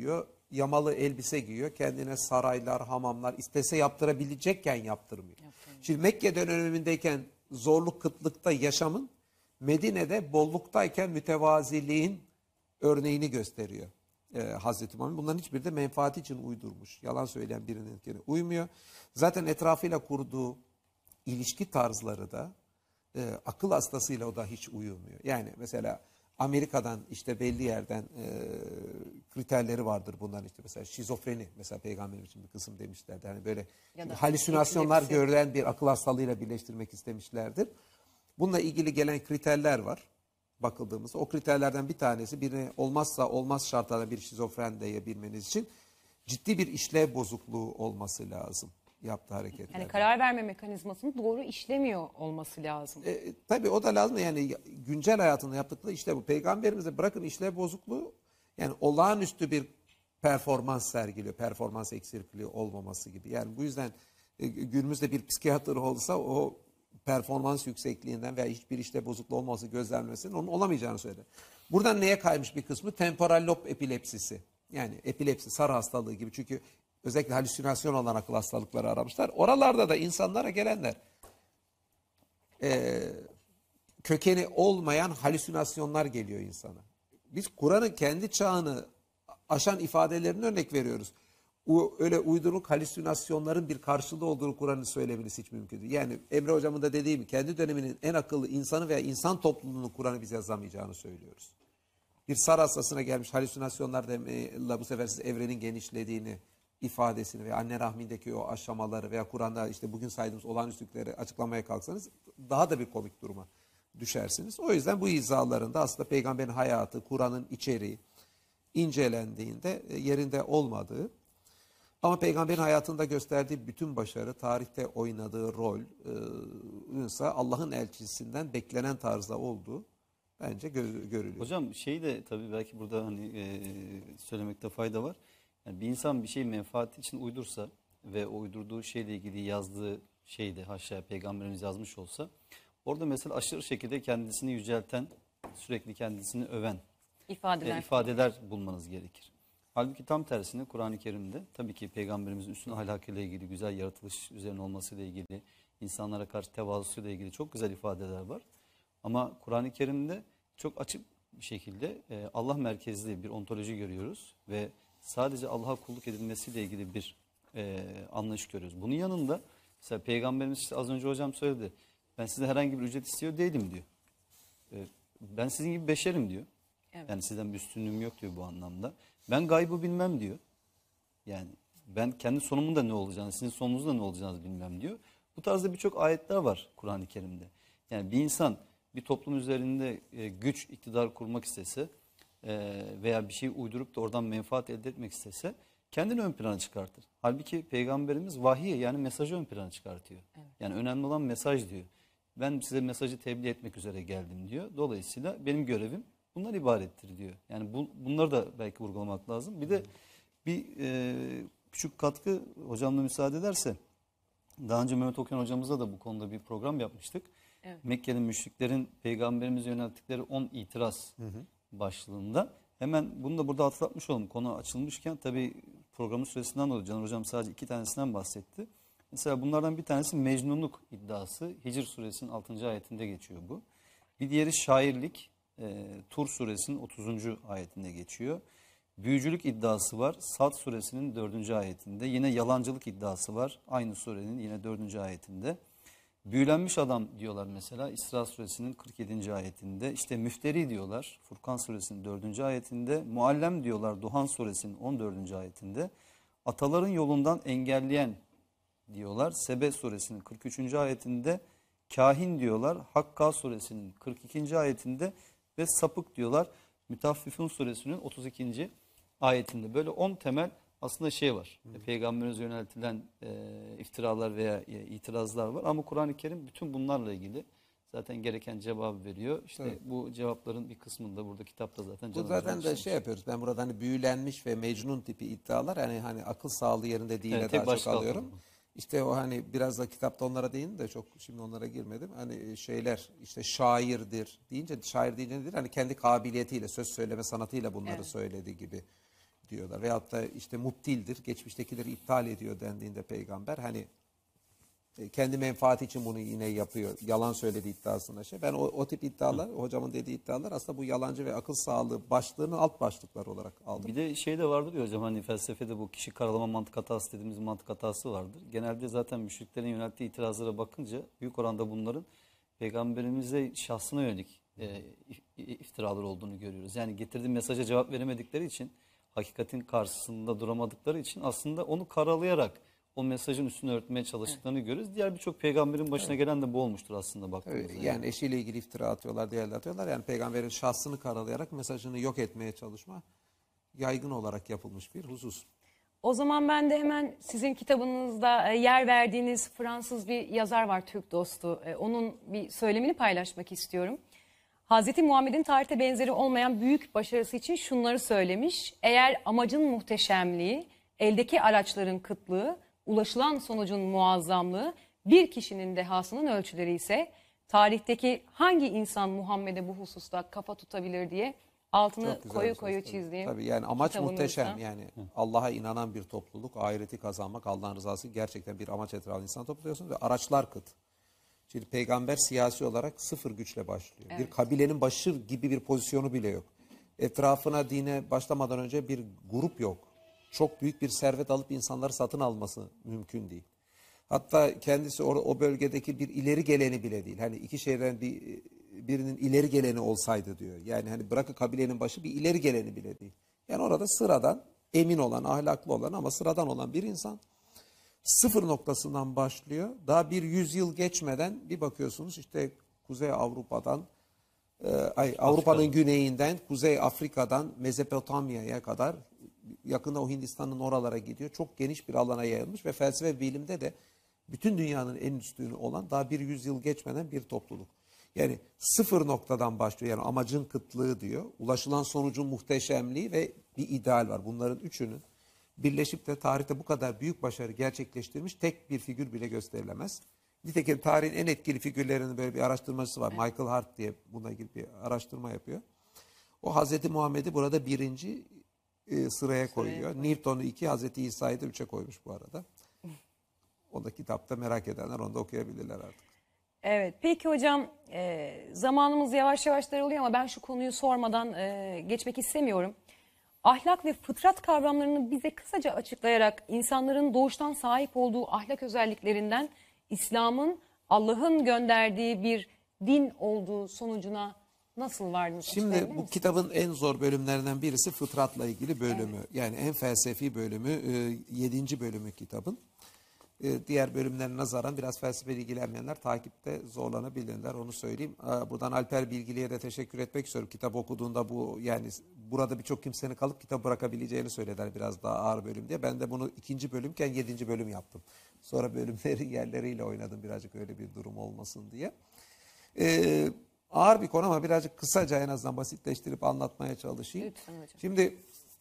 yamalı elbise giyiyor. Kendine saraylar, hamamlar istese yaptırabilecekken yaptırmıyor. Şimdi Mekke dönemindeyken zorluk, kıtlıkta yaşamın, Medine'de bolluktayken mütevaziliğin örneğini gösteriyor Hazreti Muhammed. Bunların hiçbiri de menfaati için uydurmuş. Yalan söyleyen birinin uymuyor. Zaten etrafıyla kurduğu ilişki tarzları da akıl hastasıyla o da hiç uyumuyor. Yani mesela Amerika'dan işte belli yerden kriterleri vardır bunların, işte mesela şizofreni, mesela peygamberim için bir kısım demişlerdi. Hani böyle halüsinasyonlar gören bir akıl hastalığıyla birleştirmek istemişlerdir. Bununla ilgili gelen kriterler var bakıldığımızda. O kriterlerden bir tanesi, birine olmazsa olmaz şartlarda bir şizofren diyebilmeniz için ciddi bir işlev bozukluğu olması lazım yaptığı hareketler. Yani karar verme mekanizmasının doğru işlemiyor olması lazım. Tabii o da lazım. Yani güncel hayatında yaptıkları işte bu. Peygamberimize bırakın işlev bozukluğu, yani olağanüstü bir performans sergiliyor. Performans eksikliği olmaması gibi. Yani bu yüzden günümüzde bir psikiyatr olsa o performans yüksekliğinden veya hiçbir işlev bozukluğu olmaması gözlenmesinin onun olamayacağını söyledi. Buradan neye kaymış bir kısmı? Temporal lob epilepsisi. Yani epilepsi, sarı hastalığı gibi. Çünkü özellikle halüsinasyon olan akıl hastalıkları aramışlar. Oralarda da insanlara gelenler kökeni olmayan halüsinasyonlar geliyor insana. Biz Kur'an'ın kendi çağını aşan ifadelerini örnek veriyoruz. Öyle uyduruk halüsinasyonların bir karşılığı olduğunu Kur'an'ın söylemeniz hiç mümkün değil. Yani Emre Hocam'ın da dediği gibi kendi döneminin en akıllı insanı veya insan topluluğunu Kur'an'ı biz yazamayacağını söylüyoruz. Bir SAR hastasına gelmiş halüsinasyonlarla bu sefer siz evrenin genişlediğini ifadesini veya anne rahmindeki o aşamaları veya Kur'an'da işte bugün saydığımız olağanüstülükleri açıklamaya kalksanız daha da bir komik duruma düşersiniz. O yüzden bu izalarında aslında peygamberin hayatı, Kur'an'ın içeriği incelendiğinde yerinde olmadığı, ama peygamberin hayatında gösterdiği bütün başarı, tarihte oynadığı rol ise Allah'ın elçisinden beklenen tarzda olduğu bence görülüyor. Hocam şey de tabii belki burada hani söylemekte fayda var. Yani bir insan bir şey menfaati için uydursa ve o uydurduğu şeyle ilgili yazdığı şeyde haşa peygamberimiz yazmış olsa, orada mesela aşırı şekilde kendisini yücelten, sürekli kendisini öven ifadeler bulmanız gerekir. Halbuki tam tersine Kur'an-ı Kerim'de tabii ki peygamberimizin üstün ahlakıyla ilgili, güzel yaratılış üzerine olmasıyla ilgili, insanlara karşı tevazusuyla ilgili çok güzel ifadeler var. Ama Kur'an-ı Kerim'de çok açık bir şekilde Allah merkezli bir ontoloji görüyoruz ve sadece Allah'a kulluk edilmesiyle ilgili bir anlayış görüyoruz. Bunun yanında mesela peygamberimiz işte az önce hocam söyledi, ben size herhangi bir ücret istiyor değilim diyor. Ben sizin gibi beşerim diyor. Evet. Yani sizden bir üstünlüğüm yok diyor bu anlamda. Ben gaybı bilmem diyor. Yani ben kendi sonumun da ne olacağını, sizin sonunuzun da ne olacağını bilmem diyor. Bu tarzda birçok ayetler var Kur'an-ı Kerim'de. Yani bir insan bir toplum üzerinde güç, iktidar kurmak istese veya bir şey uydurup da oradan menfaat elde etmek istese kendini ön plana çıkartır. Halbuki peygamberimiz vahiy, yani mesajı ön plana çıkartıyor. Evet. Yani önemli olan mesaj diyor. Ben size mesajı tebliğ etmek üzere geldim diyor. Dolayısıyla benim görevim bunlar ibarettir diyor. Yani bunları da belki vurgulamak lazım. Bir de bir küçük katkı hocamla müsaade ederse, daha önce Mehmet Okuyan hocamızla da bu konuda bir program yapmıştık. Evet. Mekke'nin müşriklerin peygamberimize yönelttikleri 10 itiraz başlığında. Hemen bunu da burada hatırlatmış olalım. Konu açılmışken tabii programın süresinden dolayı Caner hocam sadece 2 tanesinden bahsetti. Mesela bunlardan bir tanesi mecnunluk iddiası. Hicr suresinin 6. ayetinde geçiyor bu. Bir diğeri şairlik. Tur suresinin 30. ayetinde geçiyor. Büyücülük iddiası var. Sad suresinin 4. ayetinde. Yine yalancılık iddiası var. Aynı surenin yine 4. ayetinde. Büyülenmiş adam diyorlar mesela İsra suresinin 47. ayetinde. İşte müfteri diyorlar Furkan suresinin 4. ayetinde. Muallem diyorlar Duhan suresinin 14. ayetinde. Ataların yolundan engelleyen diyorlar Sebe suresinin 43. ayetinde. Kahin diyorlar Hakka suresinin 42. ayetinde. Ve sapık diyorlar Mütaffifun suresinin 32. ayetinde. Böyle 10 temel aslında şey var. Peygamberimize yöneltilen iftiralar veya itirazlar var. Ama Kur'an-ı Kerim bütün bunlarla ilgili zaten gereken cevabı veriyor. İşte evet. Bu cevapların bir kısmını da burada kitapta zaten. Bu zaten de şey yapıyoruz. Ben burada hani büyülenmiş ve mecnun tipi iddialar, hani akıl sağlığı yerinde değil, evet, daha çok alıyorum. İşte o hani biraz da kitapta onlara değindim de çok şimdi onlara girmedim. Hani şeyler işte şair deyince nedir? Hani kendi kabiliyetiyle, söz söyleme sanatıyla bunları söylediği gibi diyorlar. Veyahut da işte mubtildir, geçmiştekileri iptal ediyor dendiğinde peygamber hani kendi menfaati için bunu yine yapıyor. Yalan söylediği iddiasında şey. Ben o tip iddialar, hocamın dediği iddialar aslında bu yalancı ve akıl sağlığı başlığının alt başlıkları olarak aldım. Bir de şey de vardır ya hocam, hani felsefede bu kişi karalama mantık hatası dediğimiz mantık hatası vardır. Genelde zaten müşriklerin yönelttiği itirazlara bakınca büyük oranda bunların Peygamberimize şahsına yönelik iftiralar olduğunu görüyoruz. Yani getirdiği mesaja cevap veremedikleri için, hakikatin karşısında duramadıkları için aslında onu karalayarak o mesajın üstünü örtmeye çalıştıklarını görüyoruz. Diğer birçok peygamberin başına gelen de bu olmuştur aslında baktığımızda. Yani eşiyle ilgili iftira atıyorlar, diğerler atıyorlar. Yani peygamberin şahsını karalayarak mesajını yok etmeye çalışma yaygın olarak yapılmış bir husus. O zaman ben de hemen sizin kitabınızda yer verdiğiniz Fransız bir yazar var, Türk dostu. Onun bir söylemini paylaşmak istiyorum. Hazreti Muhammed'in tarihte benzeri olmayan büyük başarısı için şunları söylemiş. Eğer amacın muhteşemliği, eldeki araçların kıtlığı, ulaşılan sonucun muazzamlığı, bir kişinin dehasının ölçüleri ise tarihteki hangi insan Muhammed'e bu hususta kafa tutabilir diye altını Çok güzel koyu bir söz, koyu tabii. çizdiğim Tabii yani amaç kitabınızda. muhteşem. Yani Allah'a inanan bir topluluk, ahireti kazanmak, Allah'ın rızası gerçekten bir amaç etrafında insan topluyorsunuz ve araçlar kıt. Şimdi peygamber siyasi olarak sıfır güçle başlıyor. Evet. Bir kabilenin başı gibi bir pozisyonu bile yok. Etrafına dine başlamadan önce bir grup yok. Çok büyük bir servet alıp insanları satın alması mümkün değil. Hatta kendisi o bölgedeki bir ileri geleni bile değil. Hani iki şeyden birinin ileri geleni olsaydı diyor. Yani hani bırakın kabilenin başı, bir ileri geleni bile değil. Yani orada sıradan, emin olan, ahlaklı olan ama sıradan olan bir insan sıfır noktasından başlıyor. Daha bir 100 yıl geçmeden bir bakıyorsunuz işte Kuzey Avrupa'dan, Avrupa'nın güneyinden, Kuzey Afrika'dan Mezopotamya'ya kadar, yakında o Hindistan'ın oralara gidiyor. Çok geniş bir alana yayılmış ve felsefe ve bilimde de bütün dünyanın en üstünü olan daha bir 100 yıl geçmeden bir topluluk. Yani sıfır noktadan başlıyor. Yani amacın kıtlığı diyor. Ulaşılan sonucun muhteşemliği ve bir ideal var. Bunların üçünün birleşip de tarihte bu kadar büyük başarı gerçekleştirmiş tek bir figür bile gösterilemez. Nitekim tarihin en etkili figürlerinin böyle bir araştırmacısı var. Michael Hart diye bununla ilgili bir araştırma yapıyor. O Hazreti Muhammed'i burada birinci sıraya koyuyor. Newton'u 2, Hazreti İsa'yı da 3'e koymuş bu arada. O da kitapta, merak edenler onu da okuyabilirler artık. Evet, peki hocam, zamanımız yavaş yavaş daralıyor ama ben şu konuyu sormadan geçmek istemiyorum. Ahlak ve fıtrat kavramlarını bize kısaca açıklayarak insanların doğuştan sahip olduğu ahlak özelliklerinden İslam'ın Allah'ın gönderdiği bir din olduğu sonucuna nasıl vardınız? Şimdi bu kitabın en zor bölümlerinden birisi fıtratla ilgili bölümü. Evet. Yani en felsefi bölümü, 7. bölümü kitabın. Diğer bölümlerine nazaran biraz felsefeyle ilgilenmeyenler takipte zorlanabilirler, onu söyleyeyim. Buradan Alper Bilgili'ye de teşekkür etmek istiyorum. Kitap okuduğunda bu, yani burada birçok kimsenin kalıp kitap bırakabileceğini söylediler, biraz daha ağır bölüm diye. Ben de bunu 2. bölümken 7. bölüm yaptım. Sonra bölümlerin yerleriyle oynadım birazcık, öyle bir durum olmasın diye. Ağır bir konu ama birazcık kısaca en azından basitleştirip anlatmaya çalışayım. Lütfen hocam. Şimdi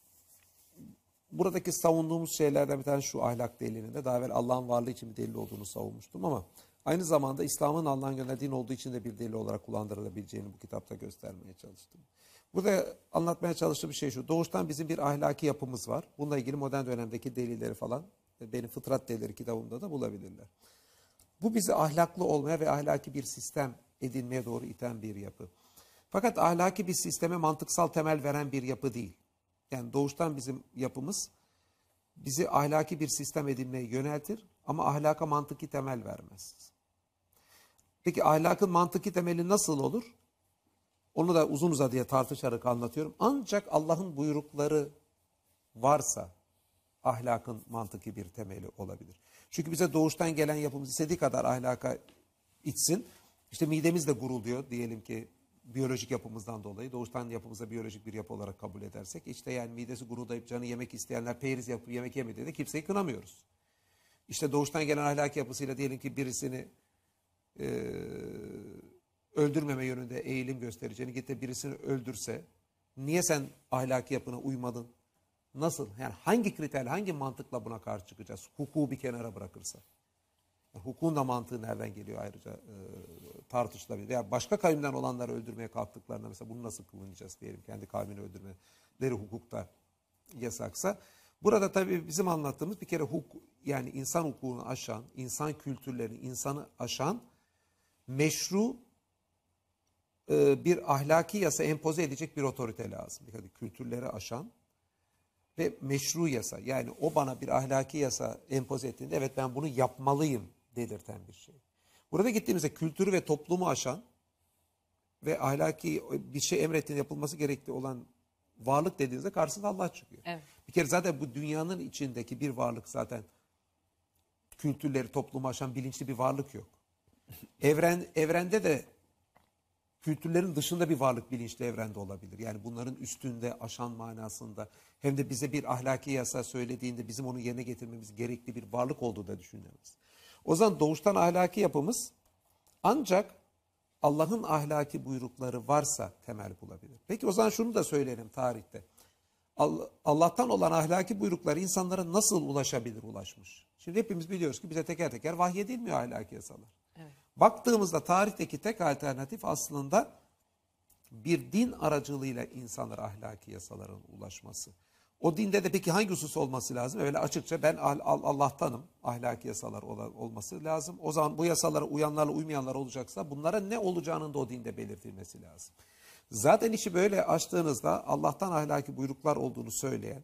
buradaki savunduğumuz şeylerden bir tanesi şu ahlak delilinde. Daha evvel Allah'ın varlığı için bir delil olduğunu savunmuştum ama aynı zamanda İslam'ın Allah'ın gönderdiği olduğu için de bir delil olarak kullandırılabileceğini bu kitapta göstermeye çalıştım. Burada anlatmaya çalıştığım şey şu: doğuştan bizim bir ahlaki yapımız var. Bununla ilgili modern dönemdeki delilleri falan benim Fıtrat Delilleri kitabımda da bulabilirler. Bu bizi ahlaklı olmaya ve ahlaki bir sistem edinmeye doğru iten bir yapı. Fakat ahlaki bir sisteme mantıksal temel veren bir yapı değil. Yani doğuştan bizim yapımız bizi ahlaki bir sistem edinmeye yöneltir ama ahlaka mantıki temel vermez. Peki ahlakın mantıki temeli nasıl olur? Onu da uzun uzadıya tartışarak anlatıyorum. Ancak Allah'ın buyrukları varsa ahlakın mantıki bir temeli olabilir. Çünkü bize doğuştan gelen yapımız istediği kadar ahlaka itsin. İşte midemiz de gurulduyor diyelim ki, biyolojik yapımızdan dolayı doğuştan yapımıza biyolojik bir yapı olarak kabul edersek, işte yani midesi guruldayıp canı yemek isteyenler peyriz yapıp yemek yemediğinde kimseyi kınamıyoruz. İşte doğuştan gelen ahlaki yapısıyla diyelim ki birisini öldürmeme yönünde eğilim göstereceğini, git de birisini öldürse, niye sen ahlaki yapına uymadın? Nasıl? Yani hangi kriterle, hangi mantıkla buna karşı çıkacağız? Hukuku bir kenara bırakırsa. Yani hukukun da mantığı nereden geliyor ayrıca tartışılabilir. Veya başka kavimden olanları öldürmeye kalktıklarında mesela bunu nasıl kullanacağız diyelim, kendi kavmini öldürmeleri hukukta yasaksa. Burada tabii bizim anlattığımız bir kere yani insan hukukunu aşan, insan kültürlerini, insanı aşan meşru bir ahlaki yasa empoze edecek bir otorite lazım. Yani kültürleri aşan ve meşru yasa. Yani o bana bir ahlaki yasa empoze ettiğinde evet ben bunu yapmalıyım dedirten bir şey. Burada gittiğimizde kültürü ve toplumu aşan ve ahlaki bir şey emrettiğinde yapılması gerektiği olan varlık dediğinizde karşısında Allah çıkıyor. Evet. Bir kere zaten bu dünyanın içindeki bir varlık zaten kültürleri, toplumu aşan bilinçli bir varlık yok. Evrende de kültürlerin dışında bir varlık bilinçli evrende olabilir. Yani bunların üstünde, aşan manasında hem de bize bir ahlaki yasa söylediğinde bizim onu yerine getirmemiz gerekli bir varlık olduğu da düşünülemez. O zaman doğuştan ahlaki yapımız ancak Allah'ın ahlaki buyrukları varsa temel bulabilir. Peki o zaman şunu da söyleyelim tarihte. Allah'tan olan ahlaki buyrukları insanlara nasıl ulaşmış? Şimdi hepimiz biliyoruz ki bize teker teker vahyedilmiyor ahlaki yasalar. Evet. Baktığımızda tarihteki tek alternatif aslında bir din aracılığıyla insanlara ahlaki yasaların ulaşması. O dinde de peki hangi husus olması lazım? Öyle açıkça ben Allah'tanım, ahlaki yasalar olması lazım. O zaman bu yasalara uyanlarla uymayanlar olacaksa bunlara ne olacağının da o dinde belirtilmesi lazım. Zaten işi böyle açtığınızda Allah'tan ahlaki buyruklar olduğunu söyleyen,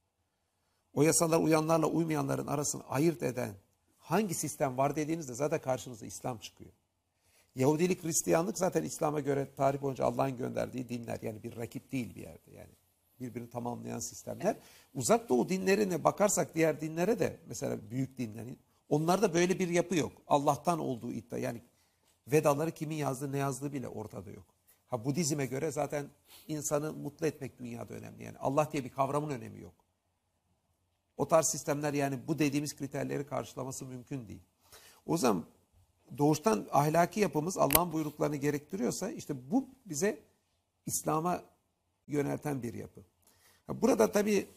o yasalara uyanlarla uymayanların arasını ayırt eden hangi sistem var dediğinizde zaten karşınıza İslam çıkıyor. Yahudilik, Hristiyanlık zaten İslam'a göre tarih boyunca Allah'ın gönderdiği dinler. Yani bir rakip değil bir yerde yani. Birbirini tamamlayan sistemler. Evet. Uzak Doğu dinlerine bakarsak diğer dinlere de mesela büyük dinlerin onlarda böyle bir yapı yok. Allah'tan olduğu iddia. Yani Vedaları kimin yazdığı ne yazdığı bile ortada yok. Ha Budizm'e göre zaten insanı mutlu etmek dünyada önemli. Yani Allah diye bir kavramın önemi yok. O tarz sistemler yani bu dediğimiz kriterleri karşılaması mümkün değil. O zaman doğuştan ahlaki yapımız Allah'ın buyruklarını gerektiriyorsa işte bu bize İslam'a yönelten bir yapı. Burada tabii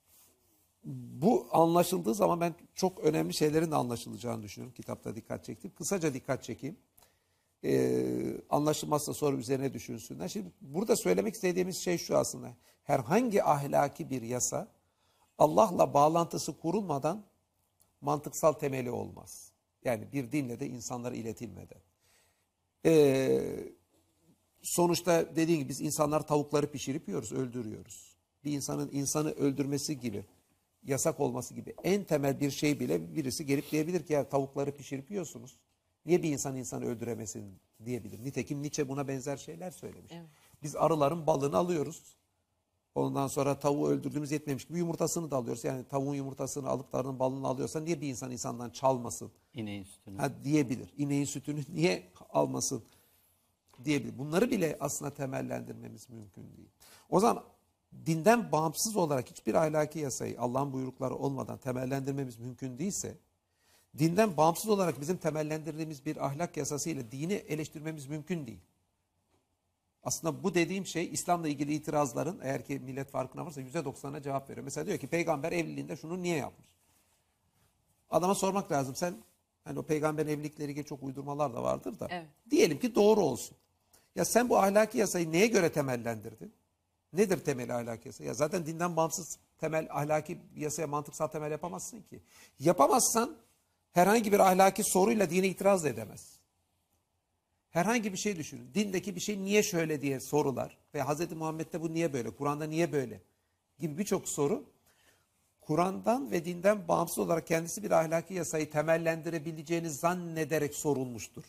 bu anlaşıldığı zaman ben çok önemli şeylerin de anlaşılacağını düşünüyorum. Kitapta dikkat çektim. Kısaca dikkat çekeyim. Anlaşılmazsa sonra üzerine düşünsünler. Şimdi burada söylemek istediğimiz şey şu aslında. Herhangi ahlaki bir yasa Allah'la bağlantısı kurulmadan mantıksal temeli olmaz. Yani bir dinle de insanlara iletilmeden. Sonuçta dediğim gibi biz insanlar tavukları pişirip yiyoruz, öldürüyoruz. Bir insanın insanı öldürmesi gibi, yasak olması gibi en temel bir şey bile birisi gelip diyebilir ki ya tavukları pişirip yiyorsunuz. Niye bir insan insanı öldüremesin diyebilir. Nitekim Nietzsche buna benzer şeyler söylemiş. Evet. Biz arıların balını alıyoruz. Ondan sonra tavuğu öldürdüğümüz yetmemiş gibi yumurtasını da alıyoruz. Yani tavuğun yumurtasını alıp da arının balını alıyorsa niye bir insan insandan çalmasın? İneğin sütünü. Diyebilir. İneğin sütünü niye almasın diyebilir. Bunları bile aslında temellendirmemiz mümkün değil. O zaman dinden bağımsız olarak hiçbir ahlaki yasayı Allah'ın buyrukları olmadan temellendirmemiz mümkün değilse, dinden bağımsız olarak bizim temellendirdiğimiz bir ahlak yasasıyla dini eleştirmemiz mümkün değil. Aslında bu dediğim şey İslam'la ilgili itirazların eğer ki millet farkına varsa %90'a cevap veriyor. Mesela diyor ki peygamber evliliğinde şunu niye yapmış? Adama sormak lazım. Sen hani o peygamber evlilikleri ilgili çok uydurmalar da vardır da. Evet. Diyelim ki doğru olsun. Ya sen bu ahlaki yasayı neye göre temellendirdin? Nedir temel ahlaki yasa? Ya zaten dinden bağımsız temel ahlaki yasaya mantıksal temel yapamazsın ki. Yapamazsan herhangi bir ahlaki soruyla dine itiraz da edemezsin. Herhangi bir şey düşünün. Dindeki bir şey niye şöyle diye sorular ve Hz. Muhammed'de bu niye böyle, Kur'an'da niye böyle gibi birçok soru Kur'an'dan ve dinden bağımsız olarak kendisi bir ahlaki yasayı temellendirebileceğini zannederek sorulmuştur.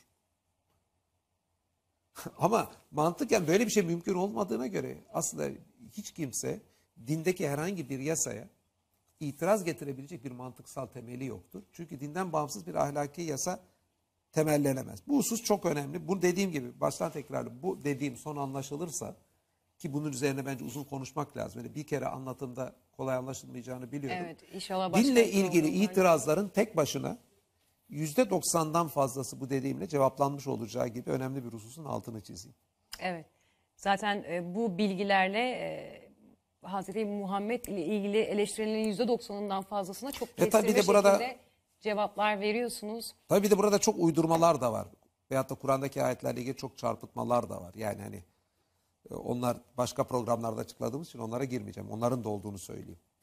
Ama mantıken böyle bir şey mümkün olmadığına göre aslında hiç kimse dindeki herhangi bir yasaya itiraz getirebilecek bir mantıksal temeli yoktur. Çünkü dinden bağımsız bir ahlaki yasa temellenemez. Bu husus çok önemli. Bu dediğim gibi baştan tekrarlı bu dediğim son anlaşılırsa ki bunun üzerine bence uzun konuşmak lazım. Yani bir kere anlatımda kolay anlaşılmayacağını biliyorum. Evet, inşallah dinle ilgili itirazların tek başına %90'dan fazlası bu dediğimle cevaplanmış olacağı gibi önemli bir hususun altını çizeyim. Evet. Zaten bu bilgilerle Hazreti Muhammed ile ilgili eleştirilerin %90'ından fazlasına çok kestirme tabii de burada şekilde cevaplar veriyorsunuz. Tabii de burada çok uydurmalar da var. Veyahut da Kur'an'daki ayetlerle ilgili çok çarpıtmalar da var. Yani hani onlar başka programlarda açıkladığımız için onlara girmeyeceğim. Onların da olduğunu söyleyeyim.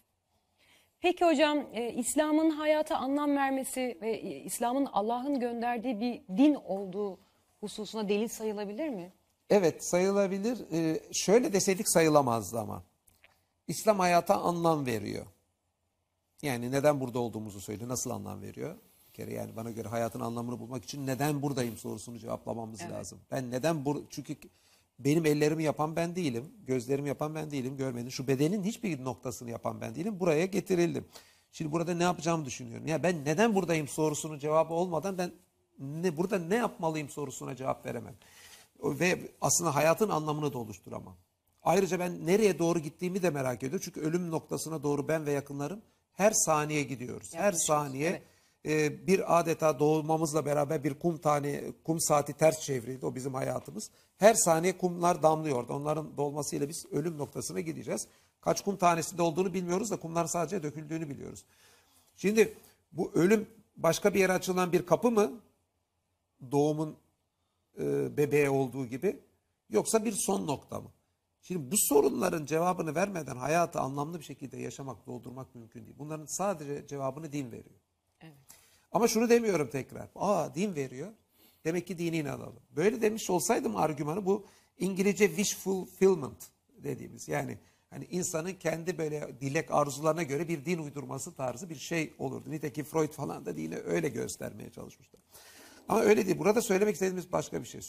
Peki hocam, İslam'ın hayata anlam vermesi ve İslam'ın Allah'ın gönderdiği bir din olduğu hususuna delil sayılabilir mi? Evet, sayılabilir. Şöyle deseydik sayılamazdı ama. İslam hayata anlam veriyor. Yani neden burada olduğumuzu söylüyor. Nasıl anlam veriyor? Bir kere yani bana göre hayatın anlamını bulmak için neden buradayım sorusunu cevaplamamız lazım. Ben neden çünkü benim ellerimi yapan ben değilim. Gözlerimi yapan ben değilim. Görmedim. Şu bedenin hiçbir noktasını yapan ben değilim. Buraya getirildim. Şimdi burada ne yapacağımı düşünüyorum. Ya ben neden buradayım sorusunun cevabı olmadan ben burada ne yapmalıyım sorusuna cevap veremem. Ve aslında hayatın anlamını da oluşturamam. Ayrıca ben nereye doğru gittiğimi de merak ediyorum. Çünkü ölüm noktasına doğru ben ve yakınlarım her saniye gidiyoruz. Her saniye bir adeta doğmamızla beraber bir kum saati ters çevrildi. O bizim hayatımız. Her saniye kumlar damlıyor. Onların dolmasıyla biz ölüm noktasına gideceğiz. Kaç kum tanesinde olduğunu bilmiyoruz da kumların sadece döküldüğünü biliyoruz. Şimdi bu ölüm başka bir yere açılan bir kapı mı? Doğumun bebeği olduğu gibi. Yoksa bir son nokta mı? Şimdi bu sorunların cevabını vermeden hayatı anlamlı bir şekilde yaşamak, doldurmak mümkün değil. Bunların sadece cevabını din veriyor. Evet. Ama şunu demiyorum tekrar. Din veriyor. Demek ki dine inanalım. Böyle demiş olsaydım argümanı bu İngilizce wish fulfillment dediğimiz. Yani hani insanın kendi böyle dilek arzularına göre bir din uydurması tarzı bir şey olurdu. Nitekim Freud falan da dini öyle göstermeye çalışmışlar. Ama öyle değil. Burada söylemek istediğimiz başka bir şey.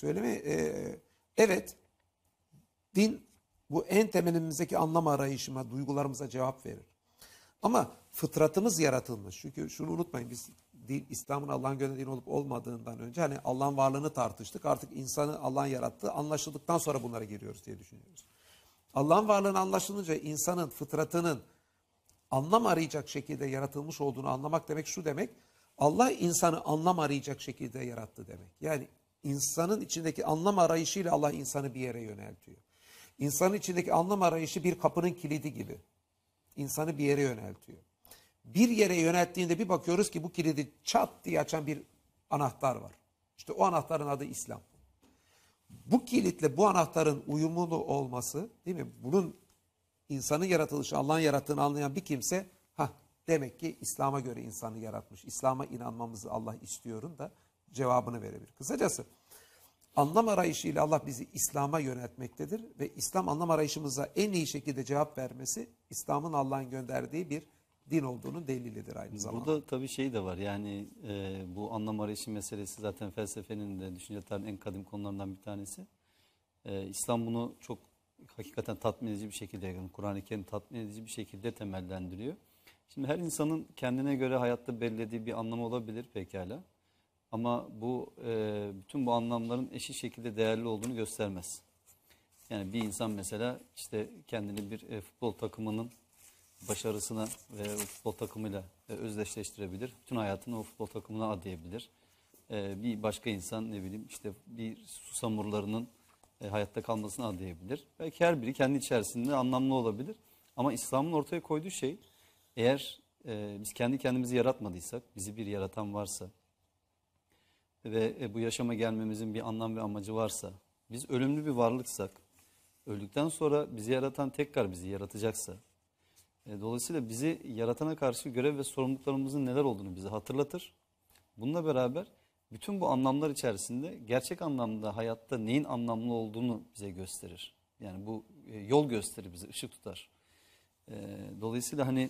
Evet, din bu en temelimizdeki anlam arayışıma, duygularımıza cevap verir. Ama fıtratımız yaratılmış. Çünkü şunu unutmayın, biz İslam'ın Allah'ın gönderdiği olup olmadığından önce hani Allah'ın varlığını tartıştık. Artık insanı Allah'ın yarattığı anlaşıldıktan sonra bunlara giriyoruz diye düşünüyoruz. Allah'ın varlığını anlaşılınca insanın fıtratının anlam arayacak şekilde yaratılmış olduğunu anlamak demek şu demek. Allah insanı anlam arayacak şekilde yarattı demek. Yani insanın içindeki anlam arayışıyla Allah insanı bir yere yöneltiyor. İnsanın içindeki anlam arayışı bir kapının kilidi gibi. İnsanı bir yere yöneltiyor. Bir yere yönelttiğinde bir bakıyoruz ki bu kilidi çat diye açan bir anahtar var. İşte o anahtarın adı İslam. Bu kilitle bu anahtarın uyumlu olması, değil mi? Bunun insanın yaratılışı, Allah'ın yarattığını anlayan bir kimse, demek ki İslam'a göre insanı yaratmış. İslam'a inanmamızı Allah istiyorum da cevabını verebilir. Kısacası anlam arayışıyla Allah bizi İslam'a yöneltmektedir ve İslam anlam arayışımıza en iyi şekilde cevap vermesi İslam'ın Allah'ın gönderdiği bir din olduğunun delilidir aynı zamanda. Burada tabii şey de var yani bu anlam arayışı meselesi zaten felsefenin de düşünce tarihinin en kadim konularından bir tanesi. İslam bunu çok hakikaten tatmin edici bir şekilde, yani Kur'an-ı Kerim tatmin edici bir şekilde temellendiriyor. Şimdi her insanın kendine göre hayatta belirlediği bir anlamı olabilir pekala. Ama bu bütün bu anlamların eşit şekilde değerli olduğunu göstermez. Yani bir insan mesela işte kendini bir futbol takımının başarısına ve o futbol takımıyla özdeşleştirebilir. Bütün hayatını o futbol takımına adayabilir. Bir başka insan ne bileyim işte bir susamurlarının hayatta kalmasına adayabilir. Belki her biri kendi içerisinde anlamlı olabilir. Ama İslam'ın ortaya koyduğu şey, eğer biz kendi kendimizi yaratmadıysak, bizi bir yaratan varsa ve bu yaşama gelmemizin bir anlam ve amacı varsa, biz ölümlü bir varlıksak, öldükten sonra bizi yaratan tekrar bizi yaratacaksa, dolayısıyla bizi yaratana karşı görev ve sorumluluklarımızın neler olduğunu bize hatırlatır. Bununla beraber bütün bu anlamlar içerisinde gerçek anlamda hayatta neyin anlamlı olduğunu bize gösterir. Yani bu yol gösterir bize, ışık tutar. Dolayısıyla hani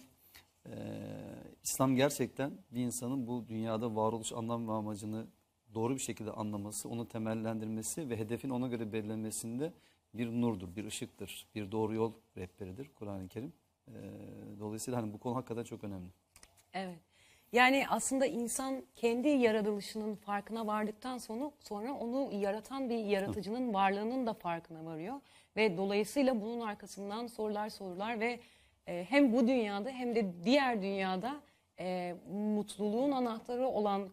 İslam gerçekten bir insanın bu dünyada varoluş anlam ve amacını doğru bir şekilde anlaması, onu temellendirmesi ve hedefin ona göre belirlenmesinde bir nurdur, bir ışıktır, bir doğru yol rehberidir Kur'an-ı Kerim. Dolayısıyla hani bu konu hakikaten çok önemli. Evet. Yani aslında insan kendi yaratılışının farkına vardıktan sonra onu yaratan bir yaratıcının varlığının da farkına varıyor. Ve dolayısıyla bunun arkasından sorular ve hem bu dünyada hem de diğer dünyada mutluluğun anahtarı olan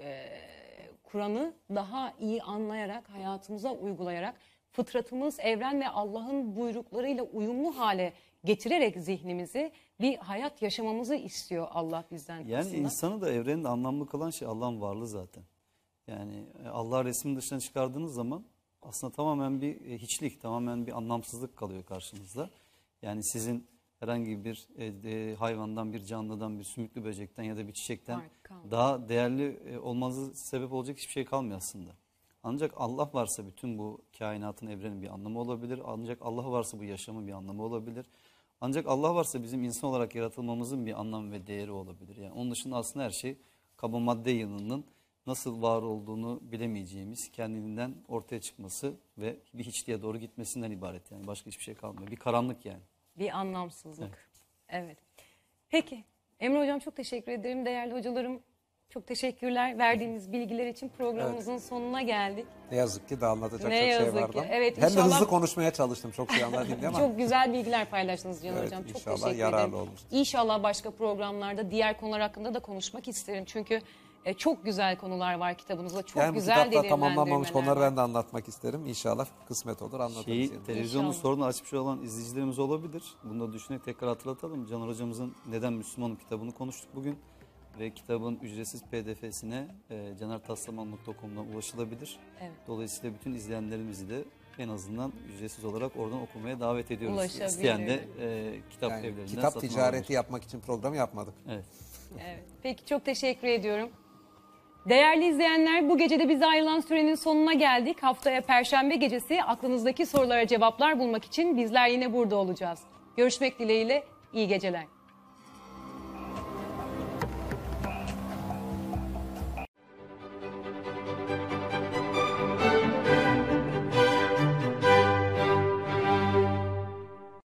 Kur'an'ı daha iyi anlayarak, hayatımıza uygulayarak, fıtratımız, evren ve Allah'ın buyruklarıyla uyumlu hale getirerek zihnimizi bir hayat yaşamamızı istiyor Allah bizden. Yani aslında. insanı da evrenin anlamlı kılan şey Allah'ın varlığı zaten. Yani Allah resmin dışına çıkardığınız zaman aslında tamamen bir hiçlik, tamamen bir anlamsızlık kalıyor karşınızda. Yani sizin herhangi bir hayvandan, bir canlıdan, bir sümüklü böcekten ya da bir çiçekten Harika. daha değerli olması sebep olacak hiçbir şey kalmıyor aslında. Ancak Allah varsa bütün bu kainatın, evrenin bir anlamı olabilir. Ancak Allah varsa bu yaşamın bir anlamı olabilir. Ancak Allah varsa bizim insan olarak yaratılmamızın bir anlamı ve değeri olabilir. Yani onun dışında aslında her şey kaba madde yığınının nasıl var olduğunu bilemeyeceğimiz, kendinden ortaya çıkması ve bir hiçliğe doğru gitmesinden ibaret. Yani başka hiçbir şey kalmıyor. Bir karanlık yani. Bir anlamsızlık. Evet. Peki. Emre Hocam çok teşekkür ederim. Değerli hocalarım çok teşekkürler. Verdiğiniz bilgiler için programımızın sonuna geldik. Ne yazık ki daha anlatacak Ne çok şey yazık vardı. ki. Evet, Hem de inşallah- hızlı konuşmaya çalıştım çok şey anlatayım diye ama Çok güzel bilgiler paylaştınız Can Evet, Hocam. Çok inşallah teşekkür yararlı ederim. olmuştur. İnşallah başka programlarda diğer konular hakkında da konuşmak isterim. Çünkü çok güzel konular var kitabınızda. Çok yani bu güzel kitapta tamamlanmamış delillendirmeler konuları var. ben de anlatmak isterim. İnşallah kısmet olur anlatırız. yani. Televizyonun İnşallah. sorunu açmış olan izleyicilerimiz olabilir. Bunu da düşünerek tekrar hatırlatalım. Caner Hocamızın Neden Müslümanım kitabını konuştuk bugün. Ve kitabın ücretsiz pdf'sine canertaslaman.com'dan ulaşılabilir. Evet. Dolayısıyla bütün izleyenlerimizi de en azından ücretsiz olarak oradan okumaya davet ediyoruz. Ulaşabilir. İsteyen de kitap Yani evlerinden kitap satın ticareti alabilir. yapmak için programı yapmadık. Evet. Evet. Peki çok teşekkür ediyorum. Değerli izleyenler, bu gece de bize ayrılan sürenin sonuna geldik. Haftaya Perşembe gecesi aklınızdaki sorulara cevaplar bulmak için bizler yine burada olacağız. Görüşmek dileğiyle, iyi geceler.